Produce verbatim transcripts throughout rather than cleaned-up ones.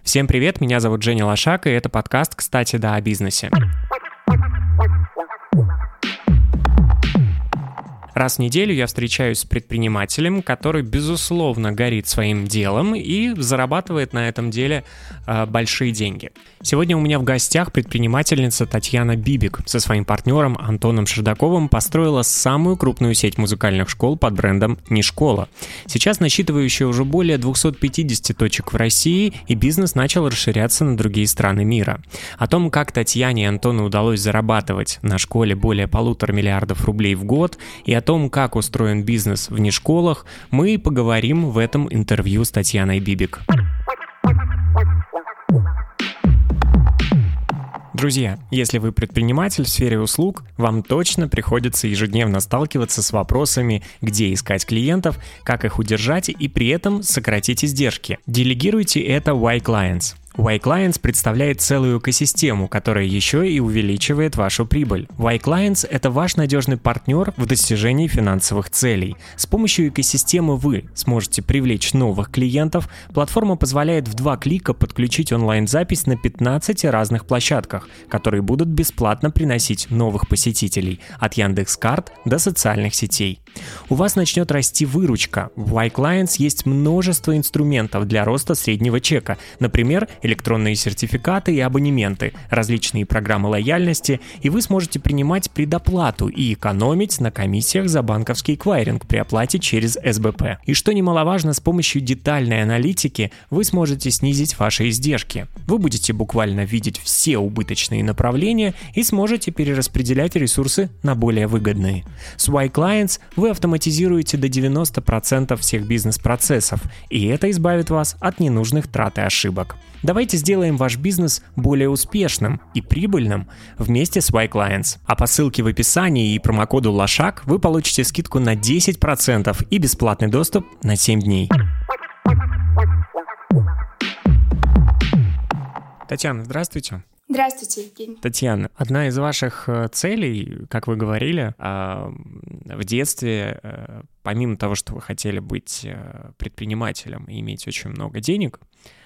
Всем привет, меня зовут Женя Лошак, и это подкаст «Кстати, да, о бизнесе». Раз в неделю я встречаюсь с предпринимателем, который, безусловно, горит своим делом и зарабатывает на этом деле э, большие деньги. Сегодня у меня в гостях предпринимательница Татьяна Бибик со своим партнером Антоном Шердаковым построила самую крупную сеть музыкальных школ под брендом «Не школа». Сейчас насчитывающая уже более двести пятьдесят точек в России, и бизнес начал расширяться на другие страны мира. О том, как Татьяне и Антону удалось зарабатывать на школе более полутора миллиардов рублей в год, и о том, как устроен бизнес в нешколах, мы поговорим в этом интервью с Татьяной Бибик. Друзья, если вы предприниматель в сфере услуг, вам точно приходится ежедневно сталкиваться с вопросами, где искать клиентов, как их удержать и при этом сократить издержки. Делегируйте это Y-Clients. Y-Clients представляет целую экосистему, которая еще и увеличивает вашу прибыль. Y-Clients — это ваш надежный партнер в достижении финансовых целей. С помощью экосистемы вы сможете привлечь новых клиентов. Платформа позволяет в два клика подключить онлайн-запись на пятнадцати разных площадках, которые будут бесплатно приносить новых посетителей, от Яндекс.Карт до социальных сетей. У вас начнет расти выручка. В Y-Clients есть множество инструментов для роста среднего чека, например, электронные сертификаты и абонементы, различные программы лояльности, и вы сможете принимать предоплату и экономить на комиссиях за банковский эквайринг при оплате через эс бэ пэ. И что немаловажно, с помощью детальной аналитики вы сможете снизить ваши издержки. Вы будете буквально видеть все убыточные направления и сможете перераспределять ресурсы на более выгодные. С Y-Clients вы автоматизируете до девяноста процентов всех бизнес-процессов, и это избавит вас от ненужных трат и ошибок. Давайте сделаем ваш бизнес более успешным и прибыльным вместе с Y-Clients. А по ссылке в описании и промокоду Лошак вы получите скидку на десять процентов и бесплатный доступ на семь дней. Татьяна, здравствуйте. Здравствуйте, Евгений. Татьяна, одна из ваших целей, как вы говорили, в детстве, помимо того, что вы хотели быть предпринимателем и иметь очень много денег,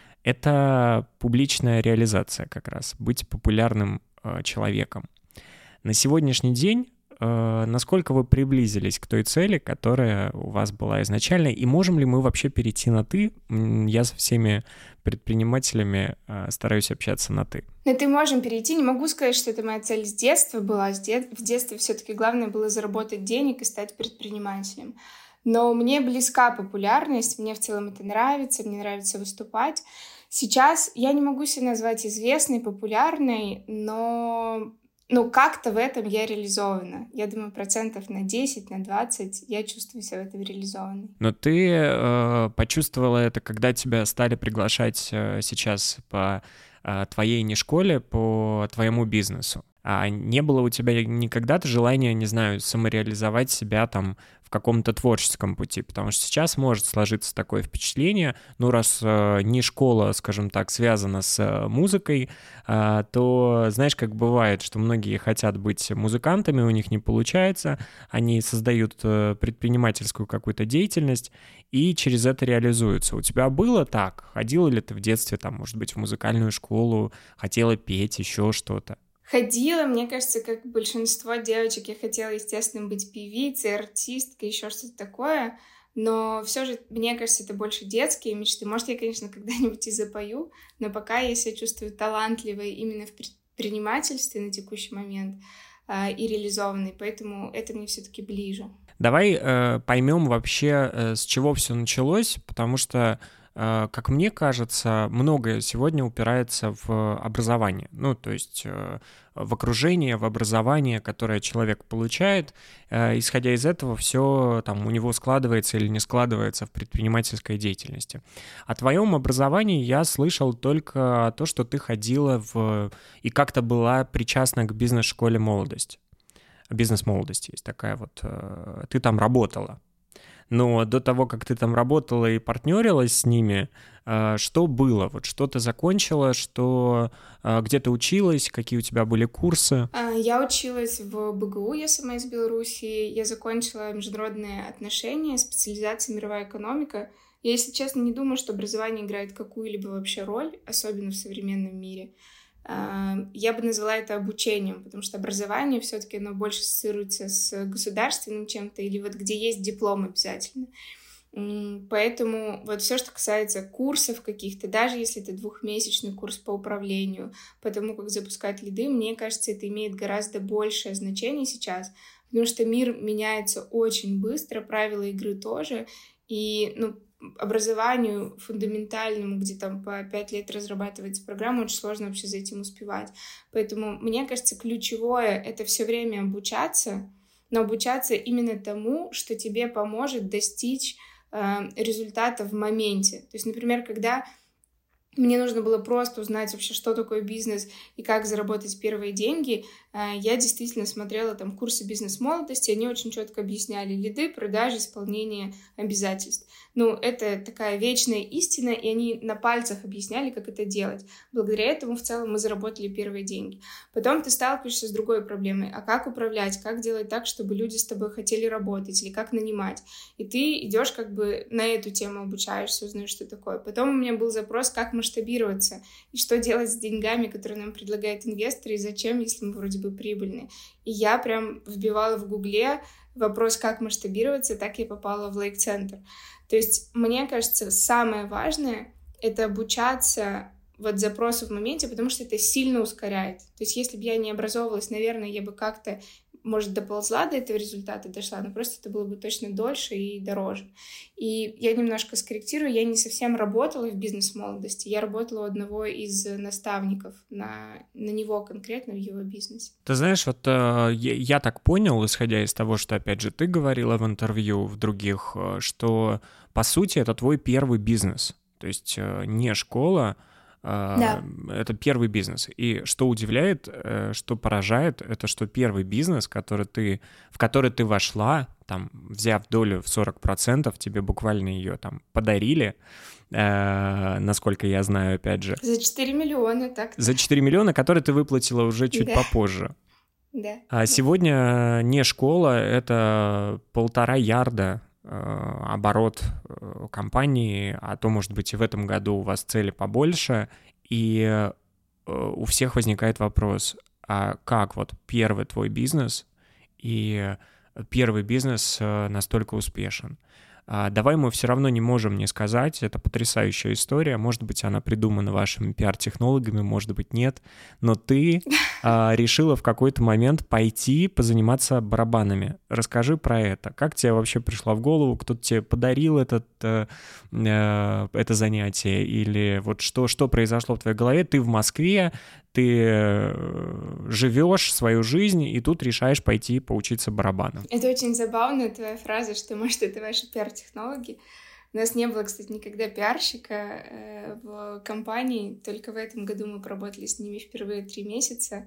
это публичная реализация как раз, быть популярным э, человеком. На сегодняшний день э, насколько вы приблизились к той цели, которая у вас была изначально, и можем ли мы вообще перейти на «ты»? Я со всеми предпринимателями э, стараюсь общаться на «ты». На «ты» можем перейти. Не могу сказать, что это моя цель с детства была. В детстве все-таки главное было заработать денег и стать предпринимателем. Но мне близка популярность, мне в целом это нравится, мне нравится выступать. Сейчас я не могу себя назвать известной, популярной, но ну, как-то в этом я реализована. Я думаю, процентов на десять, на двадцать я чувствую себя в этом реализованной. Но ты э, почувствовала это, когда тебя стали приглашать э, сейчас по э, твоей не школе, по твоему бизнесу? А не было у тебя никогда-то желания, не знаю, самореализовать себя там в каком-то творческом пути? Потому что сейчас может сложиться такое впечатление, ну, раз э, не школа, скажем так, связана с э, музыкой, э, то, знаешь, как бывает, что многие хотят быть музыкантами, у них не получается, они создают э, предпринимательскую какую-то деятельность и через это реализуются. У тебя было так? Ходила ли ты в детстве, там, может быть, в музыкальную школу, хотела петь, еще что-то? Ходила, мне кажется, как большинство девочек, я хотела, естественно, быть певицей, артисткой, еще что-то такое, но все же, мне кажется, это больше детские мечты. Может, я, конечно, когда-нибудь и запою, но пока я себя чувствую талантливой именно в предпринимательстве на текущий момент э, и реализованной, поэтому это мне все-таки ближе. Давай э, поймем вообще, э, с чего все началось, потому что как мне кажется, многое сегодня упирается в образование. Ну, то есть в окружение, в образование, которое человек получает. Исходя из этого, все там у него складывается или не складывается в предпринимательской деятельности. О твоем образовании я слышал только то, что ты ходила в и как-то была причастна к бизнес-школе «Молодость». Бизнес-молодость есть такая вот. Ты там работала. Но до того, как ты там работала и партнерилась с ними, что было? Вот что ты закончила, что, где ты училась, какие у тебя были курсы? Я училась в бэ гэ у, я сама из Беларуси. Я закончила международные отношения, специализация мировая экономика. Я, если честно, не думаю, что образование играет какую-либо вообще роль, особенно в современном мире. Я бы назвала это обучением, потому что образование все-таки оно больше ассоциируется с государственным чем-то или вот где есть диплом обязательно. Поэтому вот все, что касается курсов каких-то, даже если это двухмесячный курс по управлению, по тому, как запускать лиды, мне кажется, это имеет гораздо большее значение сейчас, потому что мир меняется очень быстро, правила игры тоже, и ну, образованию фундаментальному, где там по пять лет разрабатывается программа, очень сложно вообще за этим успевать. Поэтому, мне кажется, ключевое — это все время обучаться, но обучаться именно тому, что тебе поможет достичь результата в моменте. То есть, например, когда мне нужно было просто узнать вообще, что такое бизнес и как заработать первые деньги, я действительно смотрела там курсы бизнес-молодости, они очень четко объясняли лиды, продажи, исполнение обязательств. Ну, это такая вечная истина, и они на пальцах объясняли, как это делать. Благодаря этому в целом мы заработали первые деньги. Потом ты сталкиваешься с другой проблемой. А как управлять? Как делать так, чтобы люди с тобой хотели работать? Или как нанимать? И ты идешь как бы на эту тему обучаешься, узнаешь, что такое. Потом у меня был запрос, как масштабироваться и что делать с деньгами, которые нам предлагают инвесторы, и зачем, если мы вроде бы прибыльны. И я прям вбивала в Гугле вопрос, как масштабироваться, так я попала в Лейк-центр. То есть, мне кажется, самое важное — это обучаться вот запросу в моменте, потому что это сильно ускоряет. То есть, если бы я не образовывалась, наверное, я бы как-то, может, доползла до этого результата, дошла, но просто это было бы точно дольше и дороже. И я немножко скорректирую, я не совсем работала в бизнес-молодости, я работала у одного из наставников, на, на него конкретно, в его бизнесе. Ты знаешь, вот э, я, я так понял, исходя из того, что, опять же, ты говорила в интервью в других, что, по сути, это твой первый бизнес, то есть э, не школа, Да. Это первый бизнес. И что удивляет, что поражает, это что первый бизнес, который ты, в который ты вошла, там, взяв долю в сорок процентов, тебе буквально ее там подарили, э, насколько я знаю, опять же. За четыре миллиона, так. За четыре миллиона, которые ты выплатила уже чуть да. попозже. Да. А сегодня не школа, это полтора ярда оборот компании, а то, может быть, и в этом году у вас цели побольше, и у всех возникает вопрос, а как вот первый твой бизнес и первый бизнес настолько успешен? Давай мы все равно не можем не сказать, это потрясающая история, может быть, она придумана вашими пиар-технологами, может быть, нет, но ты а, решила в какой-то момент пойти позаниматься барабанами. Расскажи про это. Как тебе вообще пришло в голову, кто-то тебе подарил этот, э, э, это занятие, или вот что, что произошло в твоей голове? Ты в Москве, ты живешь свою жизнь, и тут решаешь пойти поучиться барабанам. Это очень забавная твоя фраза, что, может, это ваши пиар-технологии. У нас не было, кстати, никогда пиарщика э, в компании, только в этом году мы поработали с ними впервые три месяца.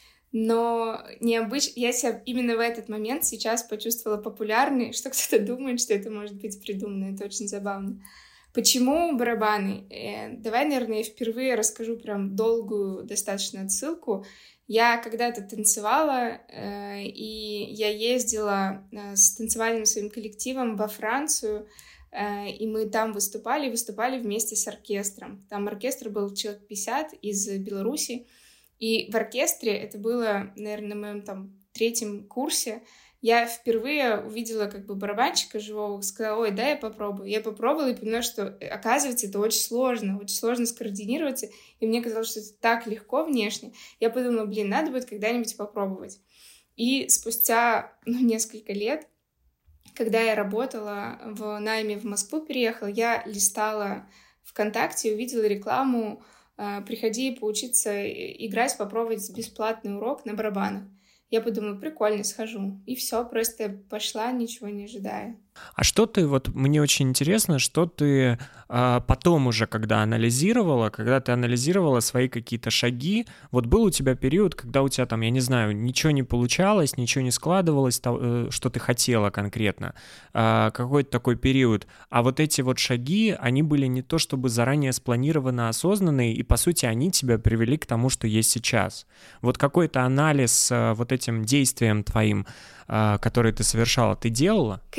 Но необычно, я себя именно в этот момент сейчас почувствовала популярной, что кто-то думает, что это может быть придумано. Это очень забавно. Почему барабаны? Э, давай, наверное, я впервые расскажу прям долгую достаточно отсылку. Я когда-то танцевала, э, и я ездила э, с танцевальным своим коллективом во Францию, э, и мы там выступали, выступали вместе с оркестром. Там оркестр был человек пятьдесят из Беларуси, и в оркестре, это было, наверное, на моем там третьем курсе, я впервые увидела как бы барабанщика живого, сказала, ой, да, я попробую. Я попробовала и поняла, что, оказывается, это очень сложно, очень сложно скоординироваться, и мне казалось, что это так легко внешне. Я подумала, блин, надо будет когда-нибудь попробовать. И спустя ну, несколько лет, когда я работала в найме в Москву, переехала, я листала ВКонтакте и увидела рекламу «Приходи поучиться играть, попробовать бесплатный урок на барабанах». Я подумала, прикольно, схожу. И все, просто пошла, ничего не ожидая. А что ты, вот мне очень интересно, что ты а, потом уже, когда анализировала, когда ты анализировала свои какие-то шаги, вот был у тебя период, когда у тебя там, я не знаю, ничего не получалось, ничего не складывалось, то, что ты хотела конкретно, а, какой-то такой период, а вот эти вот шаги, они были не то чтобы заранее спланированы, осознанные, и по сути они тебя привели к тому, что есть сейчас. Вот какой-то анализ а, вот этим действием твоим, который ты совершала, ты делала? Конечно,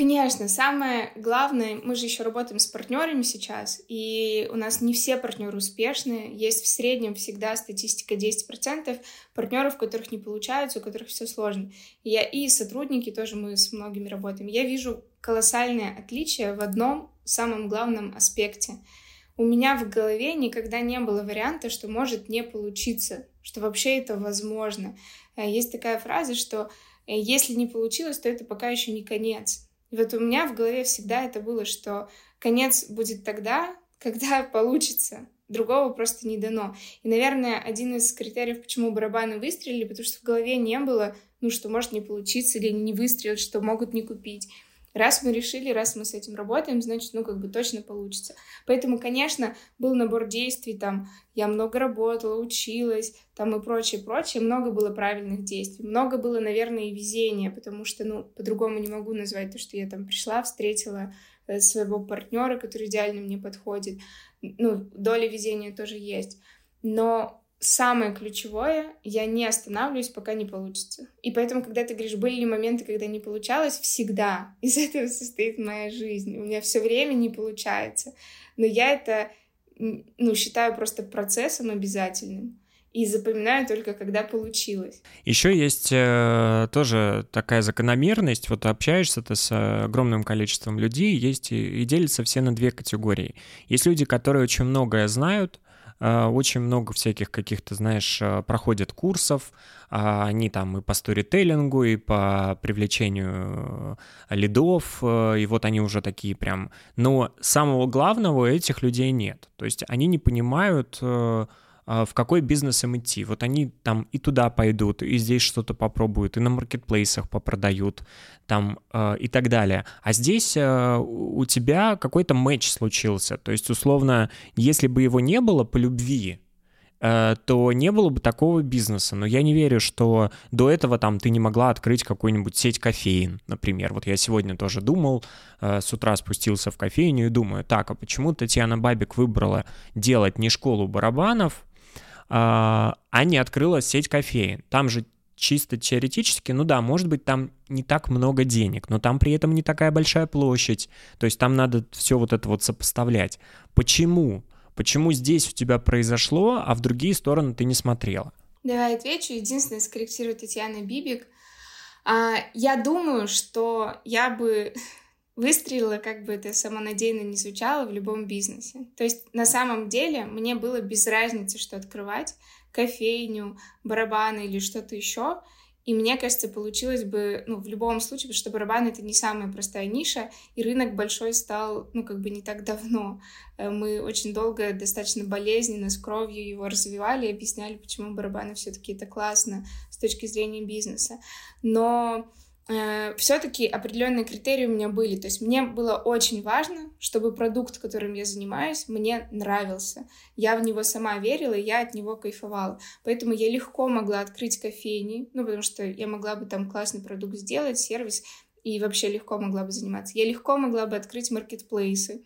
Конечно, самое главное, мы же еще работаем с партнерами сейчас, и у нас не все партнеры успешные. Есть в среднем всегда статистика десять процентов партнеров, у которых не получается, у которых все сложно. И я и сотрудники тоже, мы с многими работаем. Я вижу колоссальное отличие в одном самом главном аспекте. У меня в голове никогда не было варианта, что может не получиться, что вообще это возможно. Есть такая фраза, что если не получилось, то это пока еще не конец. И вот у меня в голове всегда это было, что конец будет тогда, когда получится. Другого просто не дано. И, наверное, один из критериев, почему барабаны выстрелили, потому что в голове не было, ну, что может не получиться или не выстрелить, что могут не купить. Раз мы решили, раз мы с этим работаем, значит, ну, как бы точно получится. Поэтому, конечно, был набор действий, там, я много работала, училась, там, и прочее, прочее. Много было правильных действий. Много было, наверное, и везения, потому что, ну, по-другому не могу назвать то, что я там пришла, встретила своего партнера, который идеально мне подходит. Ну, доля везения тоже есть. Но самое ключевое, я не останавливаюсь, пока не получится. И поэтому, когда ты говоришь, были ли моменты, когда не получалось, всегда. Из этого состоит моя жизнь. У меня все время не получается. Но я это, ну, считаю просто процессом обязательным. И запоминаю только, когда получилось. Еще есть э, тоже такая закономерность. Вот общаешься ты с огромным количеством людей, есть и, и делятся все на две категории. Есть люди, которые очень многое знают, очень много всяких каких-то, знаешь, проходят курсов, они там и по сторителлингу, и по привлечению лидов, и вот они уже такие прям... Но самого главного у этих людей нет. То есть они не понимают, в какой бизнес им идти. Вот они там и туда пойдут, и здесь что-то попробуют, и на маркетплейсах попродают, там, э, и так далее. А здесь э, у тебя какой-то матч случился. То есть, условно, если бы его не было по любви, э, то не было бы такого бизнеса. Но я не верю, что до этого там ты не могла открыть какую-нибудь сеть кофеин, например. Вот я сегодня тоже думал, э, с утра спустился в кофейню и думаю, так, а почему Татьяна Бабик выбрала делать не школу барабанов, а не открыла сеть кофеин. Там же чисто теоретически, ну да, может быть, там не так много денег, но там при этом не такая большая площадь. То есть там надо все вот это вот сопоставлять. Почему? Почему здесь у тебя произошло, а в другие стороны ты не смотрела? Давай отвечу. Единственное, скорректирую Татьяна Бибик. А, я думаю, что я бы... выстрелила, как бы это самонадеянно не звучало, в любом бизнесе. То есть на самом деле мне было без разницы, что открывать, кофейню, барабаны или что-то еще. И мне кажется, получилось бы, ну, в любом случае, потому что барабаны — это не самая простая ниша, и рынок большой стал, ну, как бы не так давно. Мы очень долго, достаточно болезненно, с кровью его развивали и объясняли, почему барабаны все-таки это классно с точки зрения бизнеса. Но все-таки определенные критерии у меня были. То есть мне было очень важно, чтобы продукт, которым я занимаюсь, мне нравился. Я в него сама верила, и я от него кайфовала. Поэтому я легко могла открыть кофейни, ну, потому что я могла бы там классный продукт сделать, сервис, и вообще легко могла бы заниматься. Я легко могла бы открыть маркетплейсы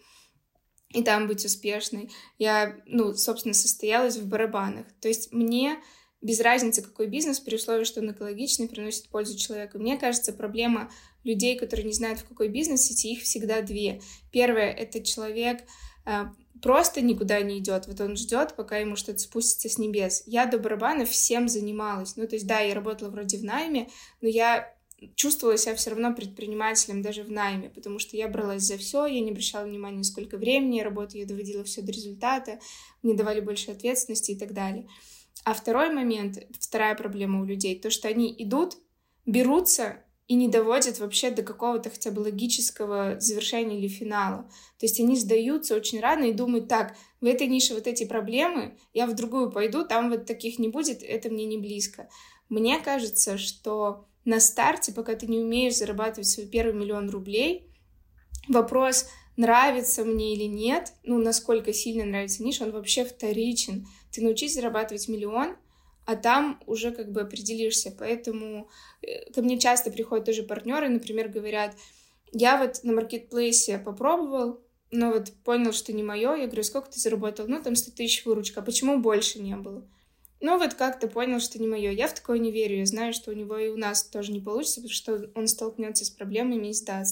и там быть успешной. Я, ну, собственно, состоялась в барабанах. То есть мне... без разницы, какой бизнес, при условии, что он экологичный, приносит пользу человеку. Мне кажется, проблема людей, которые не знают, в какой бизнес идти, их всегда две. Первое — это человек э, просто никуда не идет. Вот он ждет, пока ему что-то спустится с небес. Я до барабанов всем занималась. Ну, то есть, да, я работала вроде в найме, но я чувствовала себя все равно предпринимателем даже в найме, потому что я бралась за все, я не обращала внимания, сколько времени я работаю, я доводила все до результата, мне давали больше ответственности и так далее. А второй момент, вторая проблема у людей, то, что они идут, берутся и не доводят вообще до какого-то хотя бы логического завершения или финала. То есть они сдаются очень рано и думают, так, в этой нише вот эти проблемы, я в другую пойду, там вот таких не будет, это мне не близко. Мне кажется, что на старте, пока ты не умеешь зарабатывать свой первый миллион рублей, вопрос, нравится мне или нет, ну, насколько сильно нравится ниша, он вообще вторичен. Ты научись зарабатывать миллион, а там уже как бы определишься. Поэтому ко мне часто приходят тоже партнеры, например, говорят, я вот на маркетплейсе попробовал, но вот понял, что не мое. Я говорю, сколько ты заработал? Ну, там сто тысяч выручка. А почему больше не было? Ну, вот как-то понял, что не мое. Я в такое не верю. Я знаю, что у него и у нас тоже не получится, потому что он столкнется с проблемами и сдастся.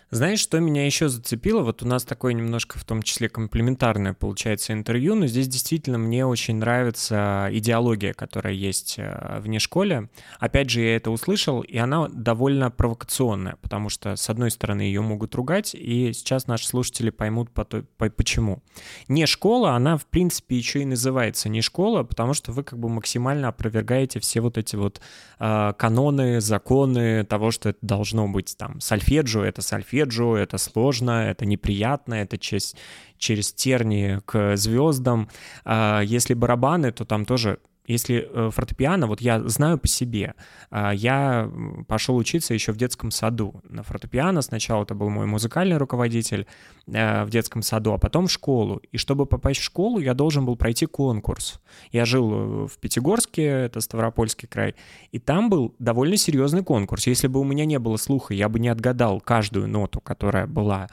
Знаешь, что меня еще зацепило? Вот у нас такое немножко, в том числе, комплементарное получается интервью, но здесь действительно мне очень нравится идеология, которая есть вне школы. Опять же, я это услышал, и она довольно провокационная, потому что, с одной стороны, ее могут ругать, и сейчас наши слушатели поймут по той, по, почему. Не школа, она, в принципе, еще и называется не школа, потому что вы как бы максимально опровергаете все вот эти вот э, каноны, законы того, что это должно быть там сольфеджио, это сольфеджио, это сложно, это неприятно, это через, через тернии к звездам. Если барабаны, то там тоже... Если фортепиано, вот я знаю по себе, я пошел учиться еще в детском саду на фортепиано. Сначала это был мой музыкальный руководитель в детском саду, а потом в школу. И чтобы попасть в школу, я должен был пройти конкурс. Я жил в Пятигорске, это Ставропольский край, и там был довольно серьезный конкурс. Если бы у меня не было слуха, я бы не отгадал каждую ноту, которая была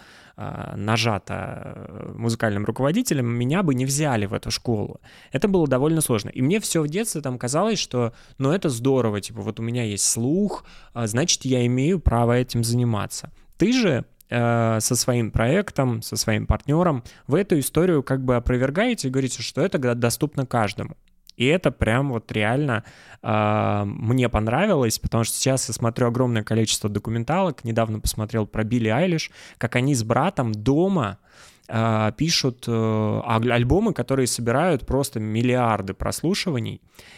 нажата музыкальным руководителем, меня бы не взяли в эту школу. Это было довольно сложно. И мне все в детстве там казалось, что ну это здорово, типа вот у меня есть слух, значит я имею право этим заниматься. Ты же э, со своим проектом, со своим партнером вы эту историю как бы опровергаете и говорите, что это доступно каждому. И это прям вот реально э, мне понравилось, потому что сейчас я смотрю огромное количество документалок, недавно посмотрел про Билли Айлиш, как они с братом дома э, пишут э, альбомы, которые собирают просто миллиарды прослушиваний.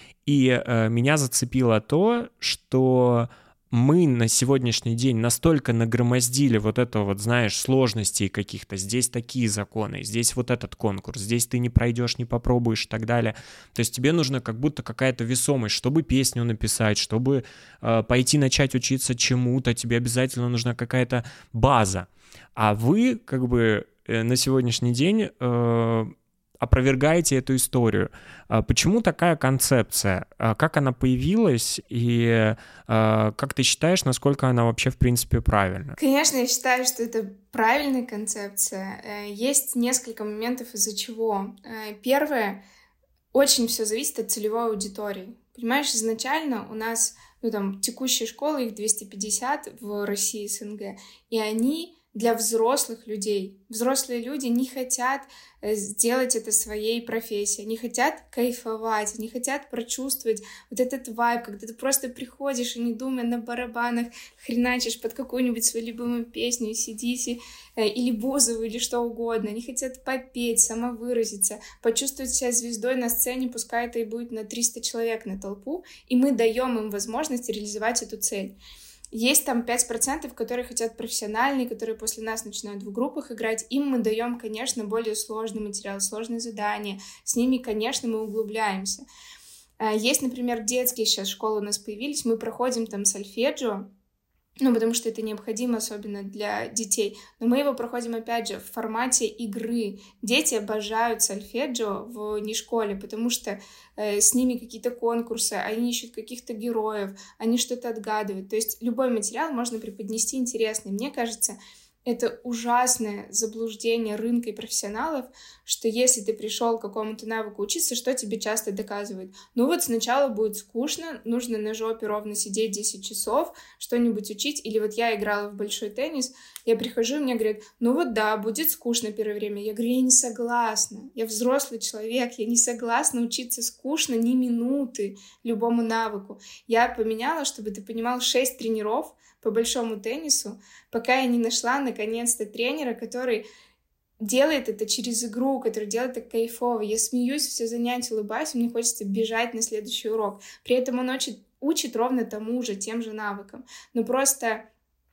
И э, меня зацепило то, что мы на сегодняшний день настолько нагромоздили вот это вот, знаешь, сложностей каких-то. Здесь такие законы, здесь вот этот конкурс, здесь ты не пройдешь, не попробуешь и так далее. То есть тебе нужно как будто какая-то весомость, чтобы песню написать, чтобы э, пойти начать учиться чему-то, тебе обязательно нужна какая-то база. А вы как бы э, на сегодняшний день... Э, опровергаете эту историю. Почему такая концепция? Как она появилась? И как ты считаешь, насколько она вообще, в принципе, правильна? Конечно, я считаю, что это правильная концепция. Есть несколько моментов, из-за чего. Первое, очень все зависит от целевой аудитории. Понимаешь, изначально у нас, ну там, текущие школы, их двести пятьдесят в России, СНГ, и они... для взрослых людей. Взрослые люди не хотят сделать это своей профессией, они хотят кайфовать, они хотят прочувствовать вот этот вайб, когда ты просто приходишь и, не думая, на барабанах хреначишь под какую-нибудь свою любимую песню, си ди си или Бузову, или что угодно. Они хотят попеть, самовыразиться, почувствовать себя звездой на сцене, пускай это и будет на триста человек на толпу, и мы даем им возможность реализовать эту цель. Есть там пять процентов, которые хотят профессиональные, которые после нас начинают в группах играть. Им мы даем, конечно, более сложный материал, сложные задания. С ними, конечно, мы углубляемся. Есть, например, детские сейчас школы у нас появились. Мы проходим там сольфеджио, ну, потому что это необходимо, особенно для детей. Но мы его проходим, опять же, в формате игры. Дети обожают сольфеджио в нешколе, потому что э, с ними какие-то конкурсы, они ищут каких-то героев, они что-то отгадывают. То есть любой материал можно преподнести интересный. Мне кажется, это ужасное заблуждение рынка и профессионалов, что если ты пришел к какому-то навыку учиться, что тебе часто доказывают? Ну вот сначала будет скучно, нужно на жопе ровно сидеть десять часов, что-нибудь учить. Или вот я играла в большой теннис, я прихожу, и мне говорят, ну вот да, будет скучно первое время. Я говорю, я не согласна, я взрослый человек, я не согласна учиться скучно ни минуты любому навыку. Я поменяла, чтобы ты понимал, шесть тренеров по большому теннису, пока я не нашла наконец-то тренера, который делает это через игру, который делает это кайфово. Я смеюсь, все занятия, улыбаюсь, мне хочется бежать на следующий урок. При этом он учит, учит ровно тому же, тем же навыкам. Но просто,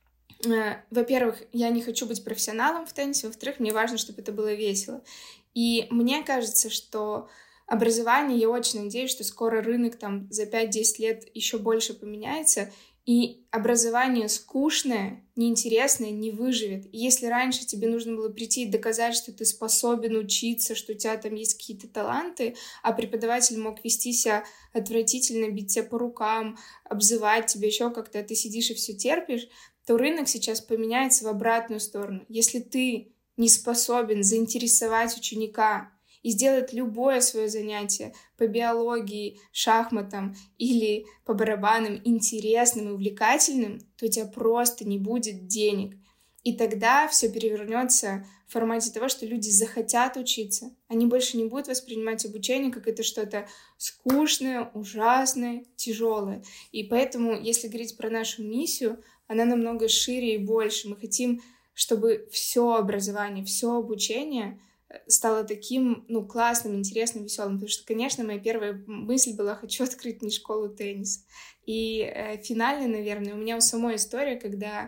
э, во-первых, я не хочу быть профессионалом в теннисе, во-вторых, мне важно, чтобы это было весело. И мне кажется, что образование, я очень надеюсь, что скоро рынок там за пять-десять лет еще больше поменяется, и образование скучное, неинтересное не выживет. И если раньше тебе нужно было прийти и доказать, что ты способен учиться, что у тебя там есть какие-то таланты, а преподаватель мог вести себя отвратительно, бить тебя по рукам, обзывать тебя еще как-то, а ты сидишь и все терпишь, то рынок сейчас поменяется в обратную сторону. Если ты не способен заинтересовать ученика и сделать любое свое занятие по биологии, шахматам или по барабанам интересным и увлекательным, то у тебя просто не будет денег. И тогда все перевернется в формате того, что люди захотят учиться. Они больше не будут воспринимать обучение как это что-то скучное, ужасное, тяжелое. И поэтому, если говорить про нашу миссию, она намного шире и больше. Мы хотим, чтобы все образование, все обучение стало таким, ну, классным, интересным, веселым. Потому что, конечно, моя первая мысль была: хочу открыть не школу тенниса. И э, финально, наверное, у меня у самой история, когда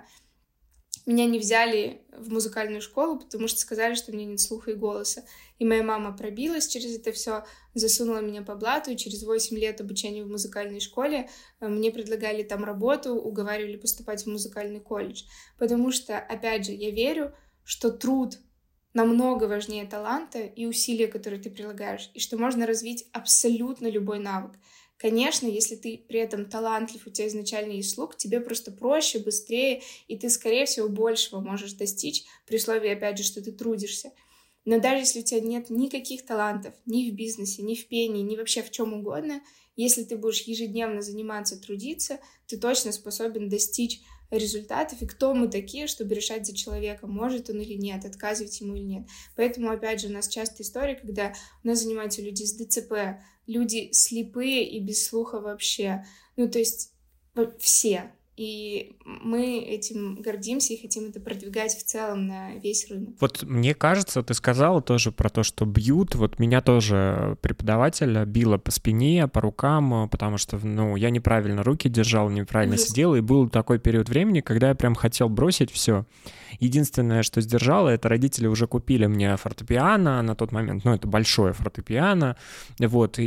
меня не взяли в музыкальную школу, потому что сказали, что у меня нет слуха и голоса. И моя мама пробилась через это все, засунула меня по блату, и через восемь лет обучения в музыкальной школе мне предлагали там работу, уговаривали поступать в музыкальный колледж. Потому что, опять же, я верю, что труд намного важнее таланта и усилия, которые ты прилагаешь, и что можно развить абсолютно любой навык. Конечно, если ты при этом талантлив, у тебя изначально есть слух, тебе просто проще, быстрее, и ты, скорее всего, большего можешь достичь, при условии, опять же, что ты трудишься. Но даже если у тебя нет никаких талантов, ни в бизнесе, ни в пении, ни вообще в чем угодно, если ты будешь ежедневно заниматься, трудиться, ты точно способен достичь результатов. И кто мы такие, чтобы решать за человека, может он или нет, отказывать ему или нет. Поэтому, опять же, у нас часто история, когда у нас занимаются люди с ДЦП, люди слепые и без слуха вообще. Ну, то есть все. И мы этим гордимся и хотим это продвигать в целом на весь рынок. Вот мне кажется, ты сказала тоже про то, что бьют. Вот меня тоже преподаватель била по спине, по рукам, потому что, ну, я неправильно руки держал, неправильно Есть. сидел, и был такой период времени, когда я прям хотел бросить все. Единственное, что сдержало, это родители уже купили мне фортепиано на тот момент, ну, это большое фортепиано, вот,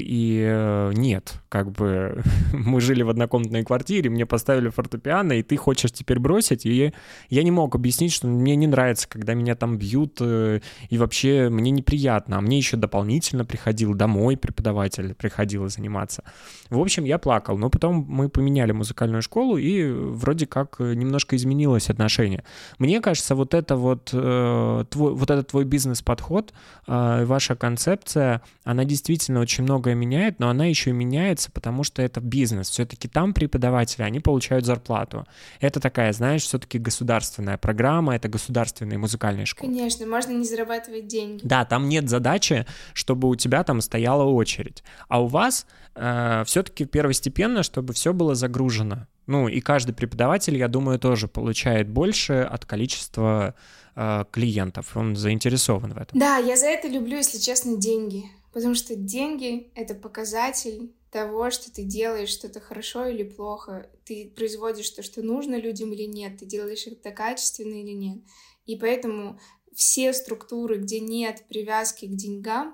и нет, как бы мы жили в однокомнатной квартире, мне поставили фортепиано, и ты хочешь теперь бросить, и я не мог объяснить, что мне не нравится, когда меня там бьют, и вообще мне неприятно, а мне еще дополнительно приходил домой преподаватель, приходил заниматься. В общем, я плакал, но потом мы поменяли музыкальную школу, и вроде как немножко изменилось отношение. Мне кажется, вот это вот, э, твой, вот этот твой бизнес-подход, э, ваша концепция, она действительно очень многое меняет, но она еще и меняется, потому что это бизнес. Все-таки там преподаватели, они получают зарплату. Это такая, знаешь, все-таки государственная программа, это государственные музыкальные школы. Конечно, можно не зарабатывать деньги. Да, там нет задачи, чтобы у тебя там стояла очередь. А у вас э, все-таки первостепенно, чтобы все было загружено. Ну, и каждый преподаватель, я думаю, тоже получает больше от количества э, клиентов. Он заинтересован в этом. Да, я за это люблю, если честно, деньги. Потому что деньги — это показатель того, что ты делаешь что-то хорошо или плохо. Ты производишь то, что нужно людям или нет. Ты делаешь это качественно или нет. И поэтому все структуры, где нет привязки к деньгам,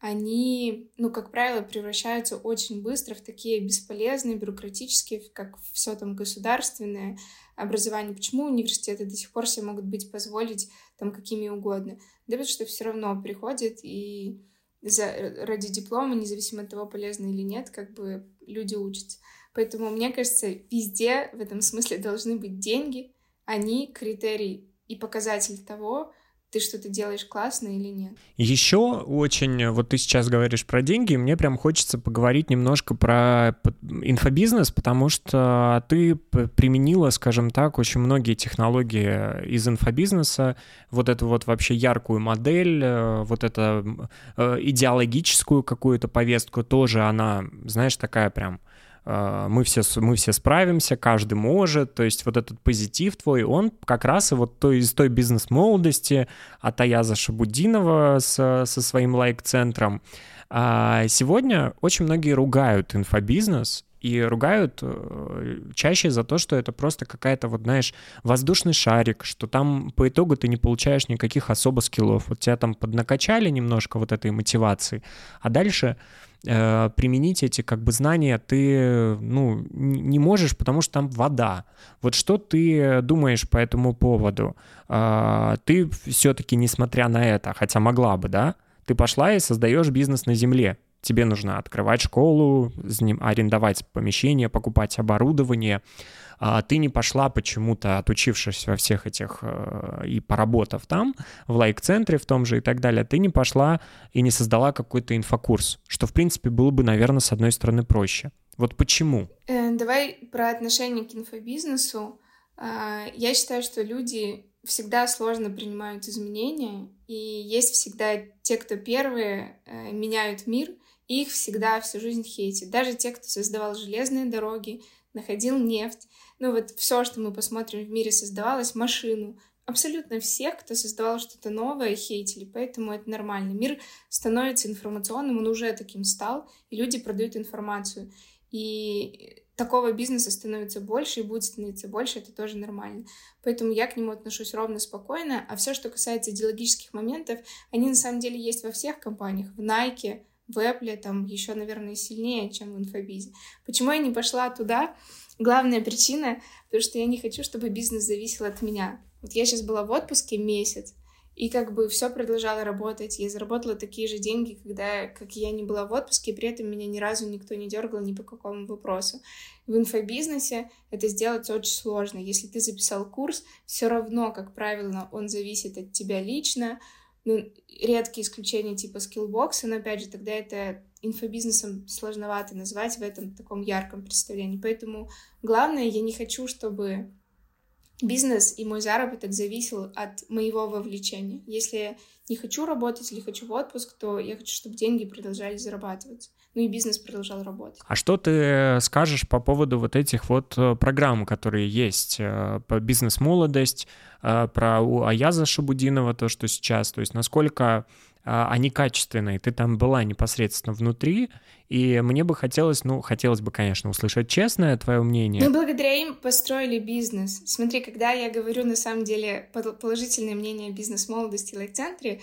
они, ну, как правило, превращаются очень быстро в такие бесполезные, бюрократические, как все там государственное образование. Почему университеты до сих пор себе могут быть позволить там какими угодно? Да потому что все равно приходят и за, ради диплома, независимо от того, полезно или нет, как бы люди учатся. Поэтому, мне кажется, везде в этом смысле должны быть деньги. Они критерий и показатель того, ты что-то делаешь классно или нет. Еще очень, вот ты сейчас говоришь про деньги, мне прям хочется поговорить немножко про инфобизнес, потому что ты применила, скажем так, очень многие технологии из инфобизнеса, вот эту вот вообще яркую модель, вот эту идеологическую какую-то повестку тоже, она, знаешь, такая прям... Мы все, мы все справимся, каждый может, то есть вот этот позитив твой, он как раз и вот той, из той бизнес-молодости от Аяза Шабудинова со, со своим лайк-центром. А сегодня очень многие ругают инфобизнес, и ругают чаще за то, что это просто какая-то, вот знаешь, воздушный шарик, что там по итогу ты не получаешь никаких особо скиллов. Вот тебя там поднакачали немножко вот этой мотивации, а дальше э, применить эти как бы знания ты, ну, не можешь, потому что там вода. Вот что ты думаешь по этому поводу? Э, ты все-таки, несмотря на это, хотя могла бы, да, ты пошла и создаешь бизнес на земле. Тебе нужно открывать школу, арендовать помещение, покупать оборудование. А ты не пошла почему-то, отучившись во всех этих и поработав там, в лайк-центре в том же и так далее, ты не пошла и не создала какой-то инфокурс, что, в принципе, было бы, наверное, с одной стороны проще. Вот почему? Э, давай про отношение к инфобизнесу. Э, я считаю, что люди всегда сложно принимают изменения, и есть всегда те, кто первые э, меняют мир, и их всегда всю жизнь хейтят. Даже те, кто создавал железные дороги, находил нефть. Ну вот все, что мы посмотрим в мире создавалось, машину. Абсолютно всех, кто создавал что-то новое, хейтили, поэтому это нормально. Мир становится информационным, он уже таким стал, и люди продают информацию. И такого бизнеса становится больше и будет становиться больше, это тоже нормально. Поэтому я к нему отношусь ровно спокойно, а все, что касается идеологических моментов, они на самом деле есть во всех компаниях, в Nike, в Apple, там еще, наверное, сильнее, чем в инфобизе. Почему я не пошла туда? Главная причина, потому что я не хочу, чтобы бизнес зависел от меня. Вот я сейчас была в отпуске месяц, и как бы все продолжало работать. Я заработала такие же деньги, когда, как я не была в отпуске, и при этом меня ни разу никто не дергал ни по какому вопросу. В инфобизнесе это сделать очень сложно. Если ты записал курс, все равно, как правило, он зависит от тебя лично. Ну, редкие исключения типа скиллбокса, но, опять же, тогда это инфобизнесом сложновато назвать в этом таком ярком представлении. Поэтому главное, я не хочу, чтобы бизнес и мой заработок зависел от моего вовлечения. Если я не хочу работать или хочу в отпуск, то я хочу, чтобы деньги продолжали зарабатываться. Ну и бизнес продолжал работать. А что ты скажешь по поводу вот этих вот программ, которые есть по «Бизнес-молодость», про Аяза Шабудинова, то, что сейчас, то есть насколько они качественные? Ты там была непосредственно внутри, и мне бы хотелось, ну, хотелось бы, конечно, услышать честное твое мнение. Мы благодаря им построили бизнес. Смотри, когда я говорю, на самом деле, положительное мнение о бизнес-молодости в лайк-центре,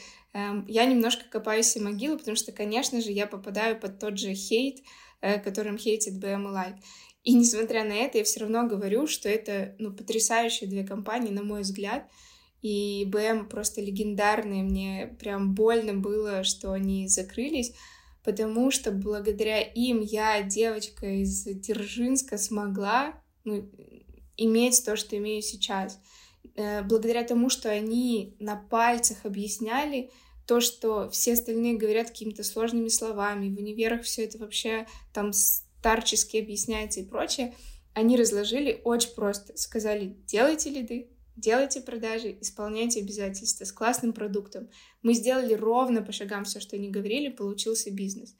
я немножко копаюсь в могилу, потому что, конечно же, я попадаю под тот же хейт, которым хейтит би эм и Like. И несмотря на это, я все равно говорю, что это, ну, потрясающие две компании, на мой взгляд. И би эм просто легендарные. Мне прям больно было, что они закрылись, потому что благодаря им я, девочка из Дзержинска, смогла, ну, иметь то, что имею сейчас. Благодаря тому, что они на пальцах объясняли то, что все остальные говорят какими-то сложными словами, в универах все это вообще там старчески объясняется и прочее, они разложили очень просто. Сказали: делайте лиды, делайте продажи, исполняйте обязательства с классным продуктом. Мы сделали ровно по шагам все, что они говорили, получился бизнес.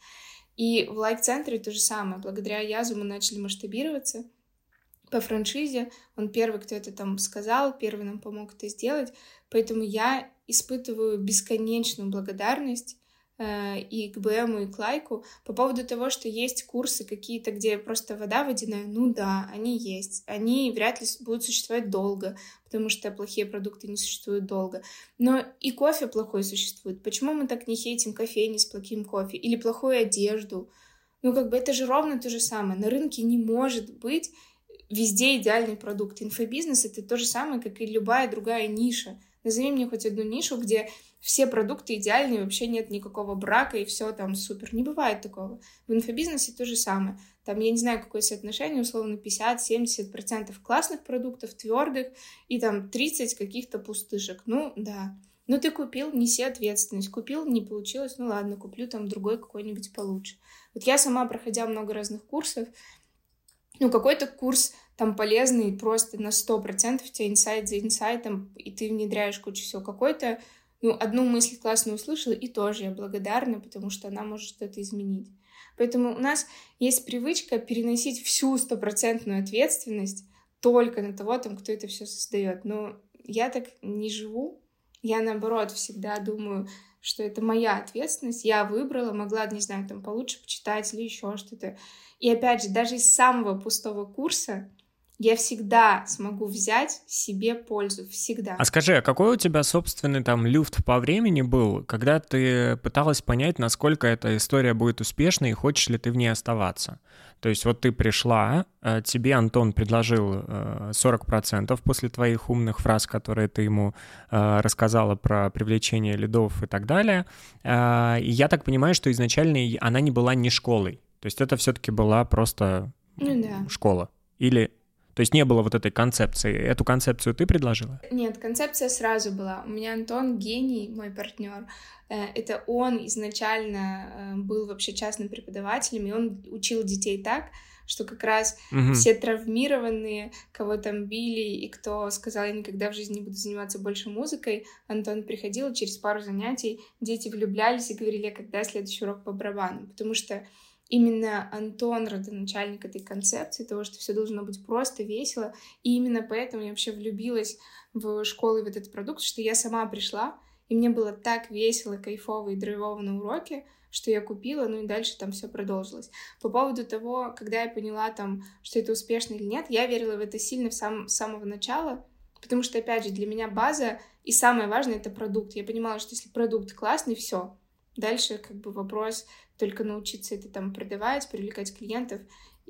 И в лайк-центре то же самое. Благодаря Аязу мы начали масштабироваться по франшизе. Он первый, кто это там сказал, первый нам помог это сделать. Поэтому я испытываю бесконечную благодарность э, и к би эм, и к Лайку по поводу того, что есть курсы какие-то, где просто вода водяная. Ну да, они есть. Они вряд ли будут существовать долго, потому что плохие продукты не существуют долго. Но и кофе плохой существует. Почему мы так не хейтим кофейни с плохим кофе? Или плохую одежду? Ну как бы это же ровно то же самое. На рынке не может быть везде идеальный продукт. Инфобизнес — это то же самое, как и любая другая ниша. Назови мне хоть одну нишу, где все продукты идеальные, вообще нет никакого брака, и все там супер. Не бывает такого. В инфобизнесе то же самое. Там, я не знаю, какое соотношение, условно, пятьдесят-семьдесят процентов классных продуктов, твердых, и там тридцать каких-то пустышек. Ну, да. Ну, ты купил, неси ответственность. Купил, не получилось, ну ладно, куплю там другой какой-нибудь получше. Вот я сама, проходя много разных курсов, ну, какой-то курс там полезный просто на сто процентов, у тебя инсайт за инсайтом, и ты внедряешь кучу всего. Какой-то, ну, одну мысль классно услышала, и тоже я благодарна, потому что она может что-то изменить. Поэтому у нас есть привычка переносить всю стопроцентную ответственность только на того, там, кто это все создает. Но я так не живу. Я, наоборот, всегда думаю, что это моя ответственность. Я выбрала, могла, не знаю, там, получше почитать или еще что-то. И опять же, даже из самого пустого курса я всегда смогу взять себе пользу, всегда. А скажи, а какой у тебя собственный там люфт по времени был, когда ты пыталась понять, насколько эта история будет успешной и хочешь ли ты в ней оставаться? То есть вот ты пришла, тебе Антон предложил сорок процентов после твоих умных фраз, которые ты ему рассказала про привлечение лидов и так далее. И я так понимаю, что изначально она не была не школой. То есть это все-таки была просто ну, да. школа. Или То есть не было вот этой концепции. Эту концепцию ты предложила? Нет, концепция сразу была. У меня Антон гений, мой партнер. Это он изначально был вообще частным преподавателем, и он учил детей так, что как раз угу. все травмированные, кого там били, и кто сказал, я никогда в жизни не буду заниматься больше музыкой, Антон приходил, и через пару занятий дети влюблялись и говорили, когда следующий урок по барабану, потому что именно Антон родоначальник этой концепции, того, что все должно быть просто, весело, и именно поэтому я вообще влюбилась в школу и в этот продукт, что я сама пришла, и мне было так весело, кайфово и драйвово на уроке, что я купила, ну и дальше там все продолжилось. По поводу того, когда я поняла, там, что это успешно или нет, я верила в это сильно в сам, с самого начала, потому что, опять же, для меня база и самое важное — это продукт. Я понимала, что если продукт классный, все. Дальше как бы вопрос только научиться это там продавать, привлекать клиентов,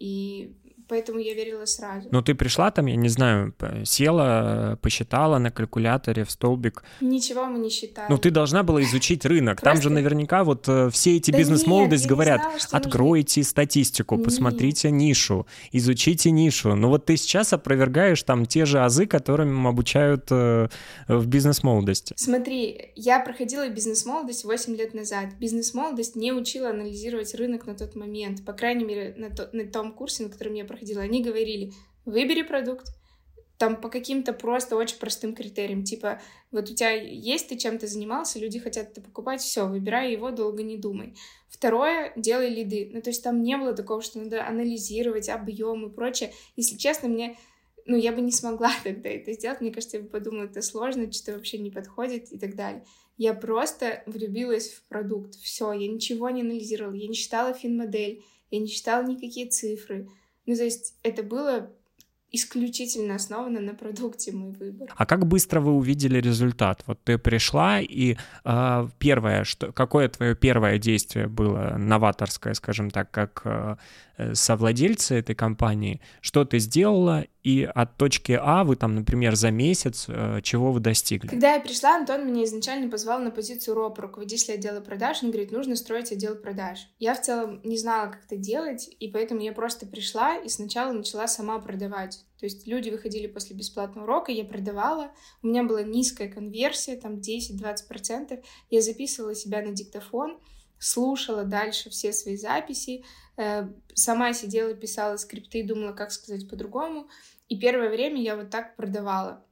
и поэтому я верила сразу. Ну, ты пришла там, я не знаю, села, посчитала на калькуляторе в столбик. Ничего мы не считали. Ну, ты должна была изучить рынок. Просто... Там же наверняка вот все эти да бизнес-молодость нет, говорят, знала, откройте нужно... статистику, нет. посмотрите нишу, изучите нишу. Ну, вот ты сейчас опровергаешь там те же азы, которым обучают э, в бизнес-молодости. Смотри, я проходила бизнес-молодость восемь лет назад. Бизнес-молодость не учила анализировать рынок на тот момент. По крайней мере, на, то, на том курсе, на котором я проходила, они говорили, выбери продукт, там по каким-то просто очень простым критериям, типа, вот у тебя есть, ты чем-то занимался, люди хотят это покупать, все, выбирай его, долго не думай. Второе, делай лиды. Ну, то есть там не было такого, что надо анализировать объем и прочее. Если честно, мне, ну, я бы не смогла тогда это сделать, мне кажется, я бы подумала, это сложно, что-то вообще не подходит и так далее. Я просто влюбилась в продукт, все, я ничего не анализировала, я не считала финмодель, я не считала никакие цифры. Ну, то есть это было исключительно основано на продукте, мой выбор. А как быстро вы увидели результат? Вот ты пришла, и э, первое, что, какое твое первое действие было новаторское, скажем так, как э, совладельца этой компании? Что ты сделала, и от точки А вы там, например, за месяц, э, чего вы достигли? Когда я пришла, Антон меня изначально позвал на позицию РОП, руководителя отдела продаж. Он говорит, нужно строить отдел продаж. Я в целом не знала, как это делать, и поэтому я просто пришла и сначала начала сама продавать. То есть люди выходили после бесплатного урока, я продавала, у меня была низкая конверсия, там десять-двадцать процентов, я записывала себя на диктофон, слушала дальше все свои записи, э, сама сидела, писала скрипты и думала, как сказать по-другому, и первое время я вот так продавала.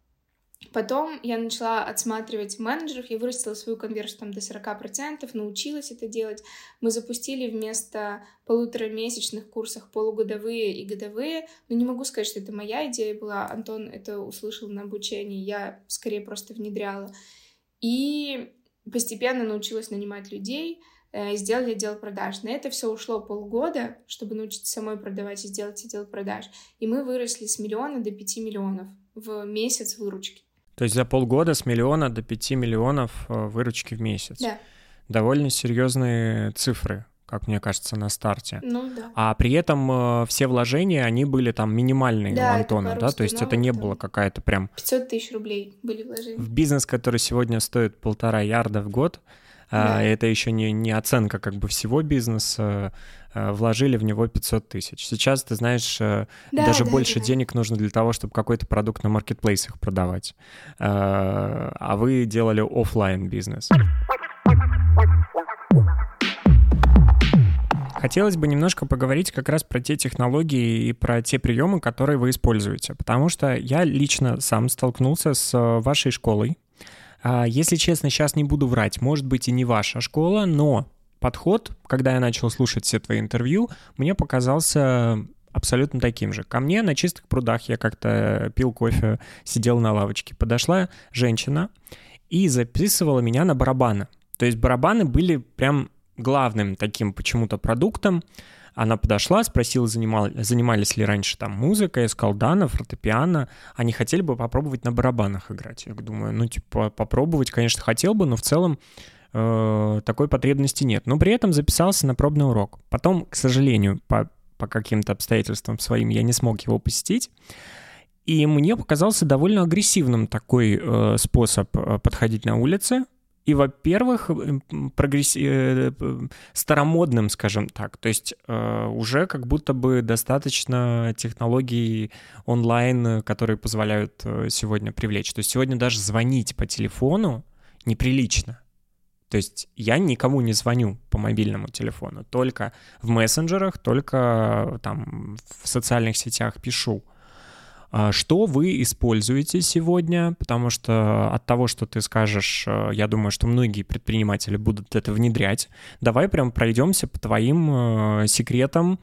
Потом я начала отсматривать менеджеров, я вырастила свою конверсию там до сорок процентов, научилась это делать. Мы запустили вместо полуторамесячных курсов полугодовые и годовые, но не могу сказать, что это моя идея была, Антон это услышал на обучении, я скорее просто внедряла. И постепенно научилась нанимать людей, сделали отдел продаж. На это все ушло полгода, чтобы научиться самой продавать и сделать отдел продаж. И мы выросли с миллиона до пяти миллионов в месяц выручки. То есть за полгода с миллиона до пяти миллионов выручки в месяц. Да. Довольно серьезные цифры, как мне кажется, на старте. Ну да. А при этом э, все вложения, они были там минимальные да, у Антона, да? То есть это не было какая-то прям... пятьсот тысяч рублей были вложения. В бизнес, который сегодня стоит полтора ярда в год, да. Это еще не, не оценка как бы всего бизнеса, вложили в него пятьсот тысяч. Сейчас, ты знаешь, да, даже да, больше да. денег нужно для того, чтобы какой-то продукт на маркетплейсах продавать. А вы делали офлайн бизнес. Хотелось бы немножко поговорить как раз про те технологии и про те приемы, которые вы используете, потому что я лично сам столкнулся с вашей школой. Если честно, сейчас не буду врать, может быть и не ваша школа, но подход, когда я начал слушать все твои интервью, мне показался абсолютно таким же. Ко мне на Чистых прудах я как-то пил кофе, сидел на лавочке. Подошла женщина и записывала меня на барабаны. То есть барабаны были прям главным таким почему-то продуктом. Она подошла, спросила, занимал, занимались ли раньше там музыкой, я сказал, да, на фортепиано. Они хотели бы попробовать на барабанах играть. Я думаю, ну, типа, попробовать, конечно, хотел бы, но в целом э, такой потребности нет. Но при этом записался на пробный урок. Потом, к сожалению, по, по каким-то обстоятельствам своим я не смог его посетить. И мне показался довольно агрессивным такой э, способ подходить на улице и, во-первых, прогресси... старомодным, скажем так. То есть э, уже как будто бы достаточно технологий онлайн, которые позволяют сегодня привлечь. То есть сегодня даже звонить по телефону неприлично. То есть я никому не звоню по мобильному телефону, только в мессенджерах, только там в социальных сетях пишу. Что вы используете сегодня? Потому что от того, что ты скажешь, я думаю, что многие предприниматели будут это внедрять. Давай прям пройдемся по твоим секретам,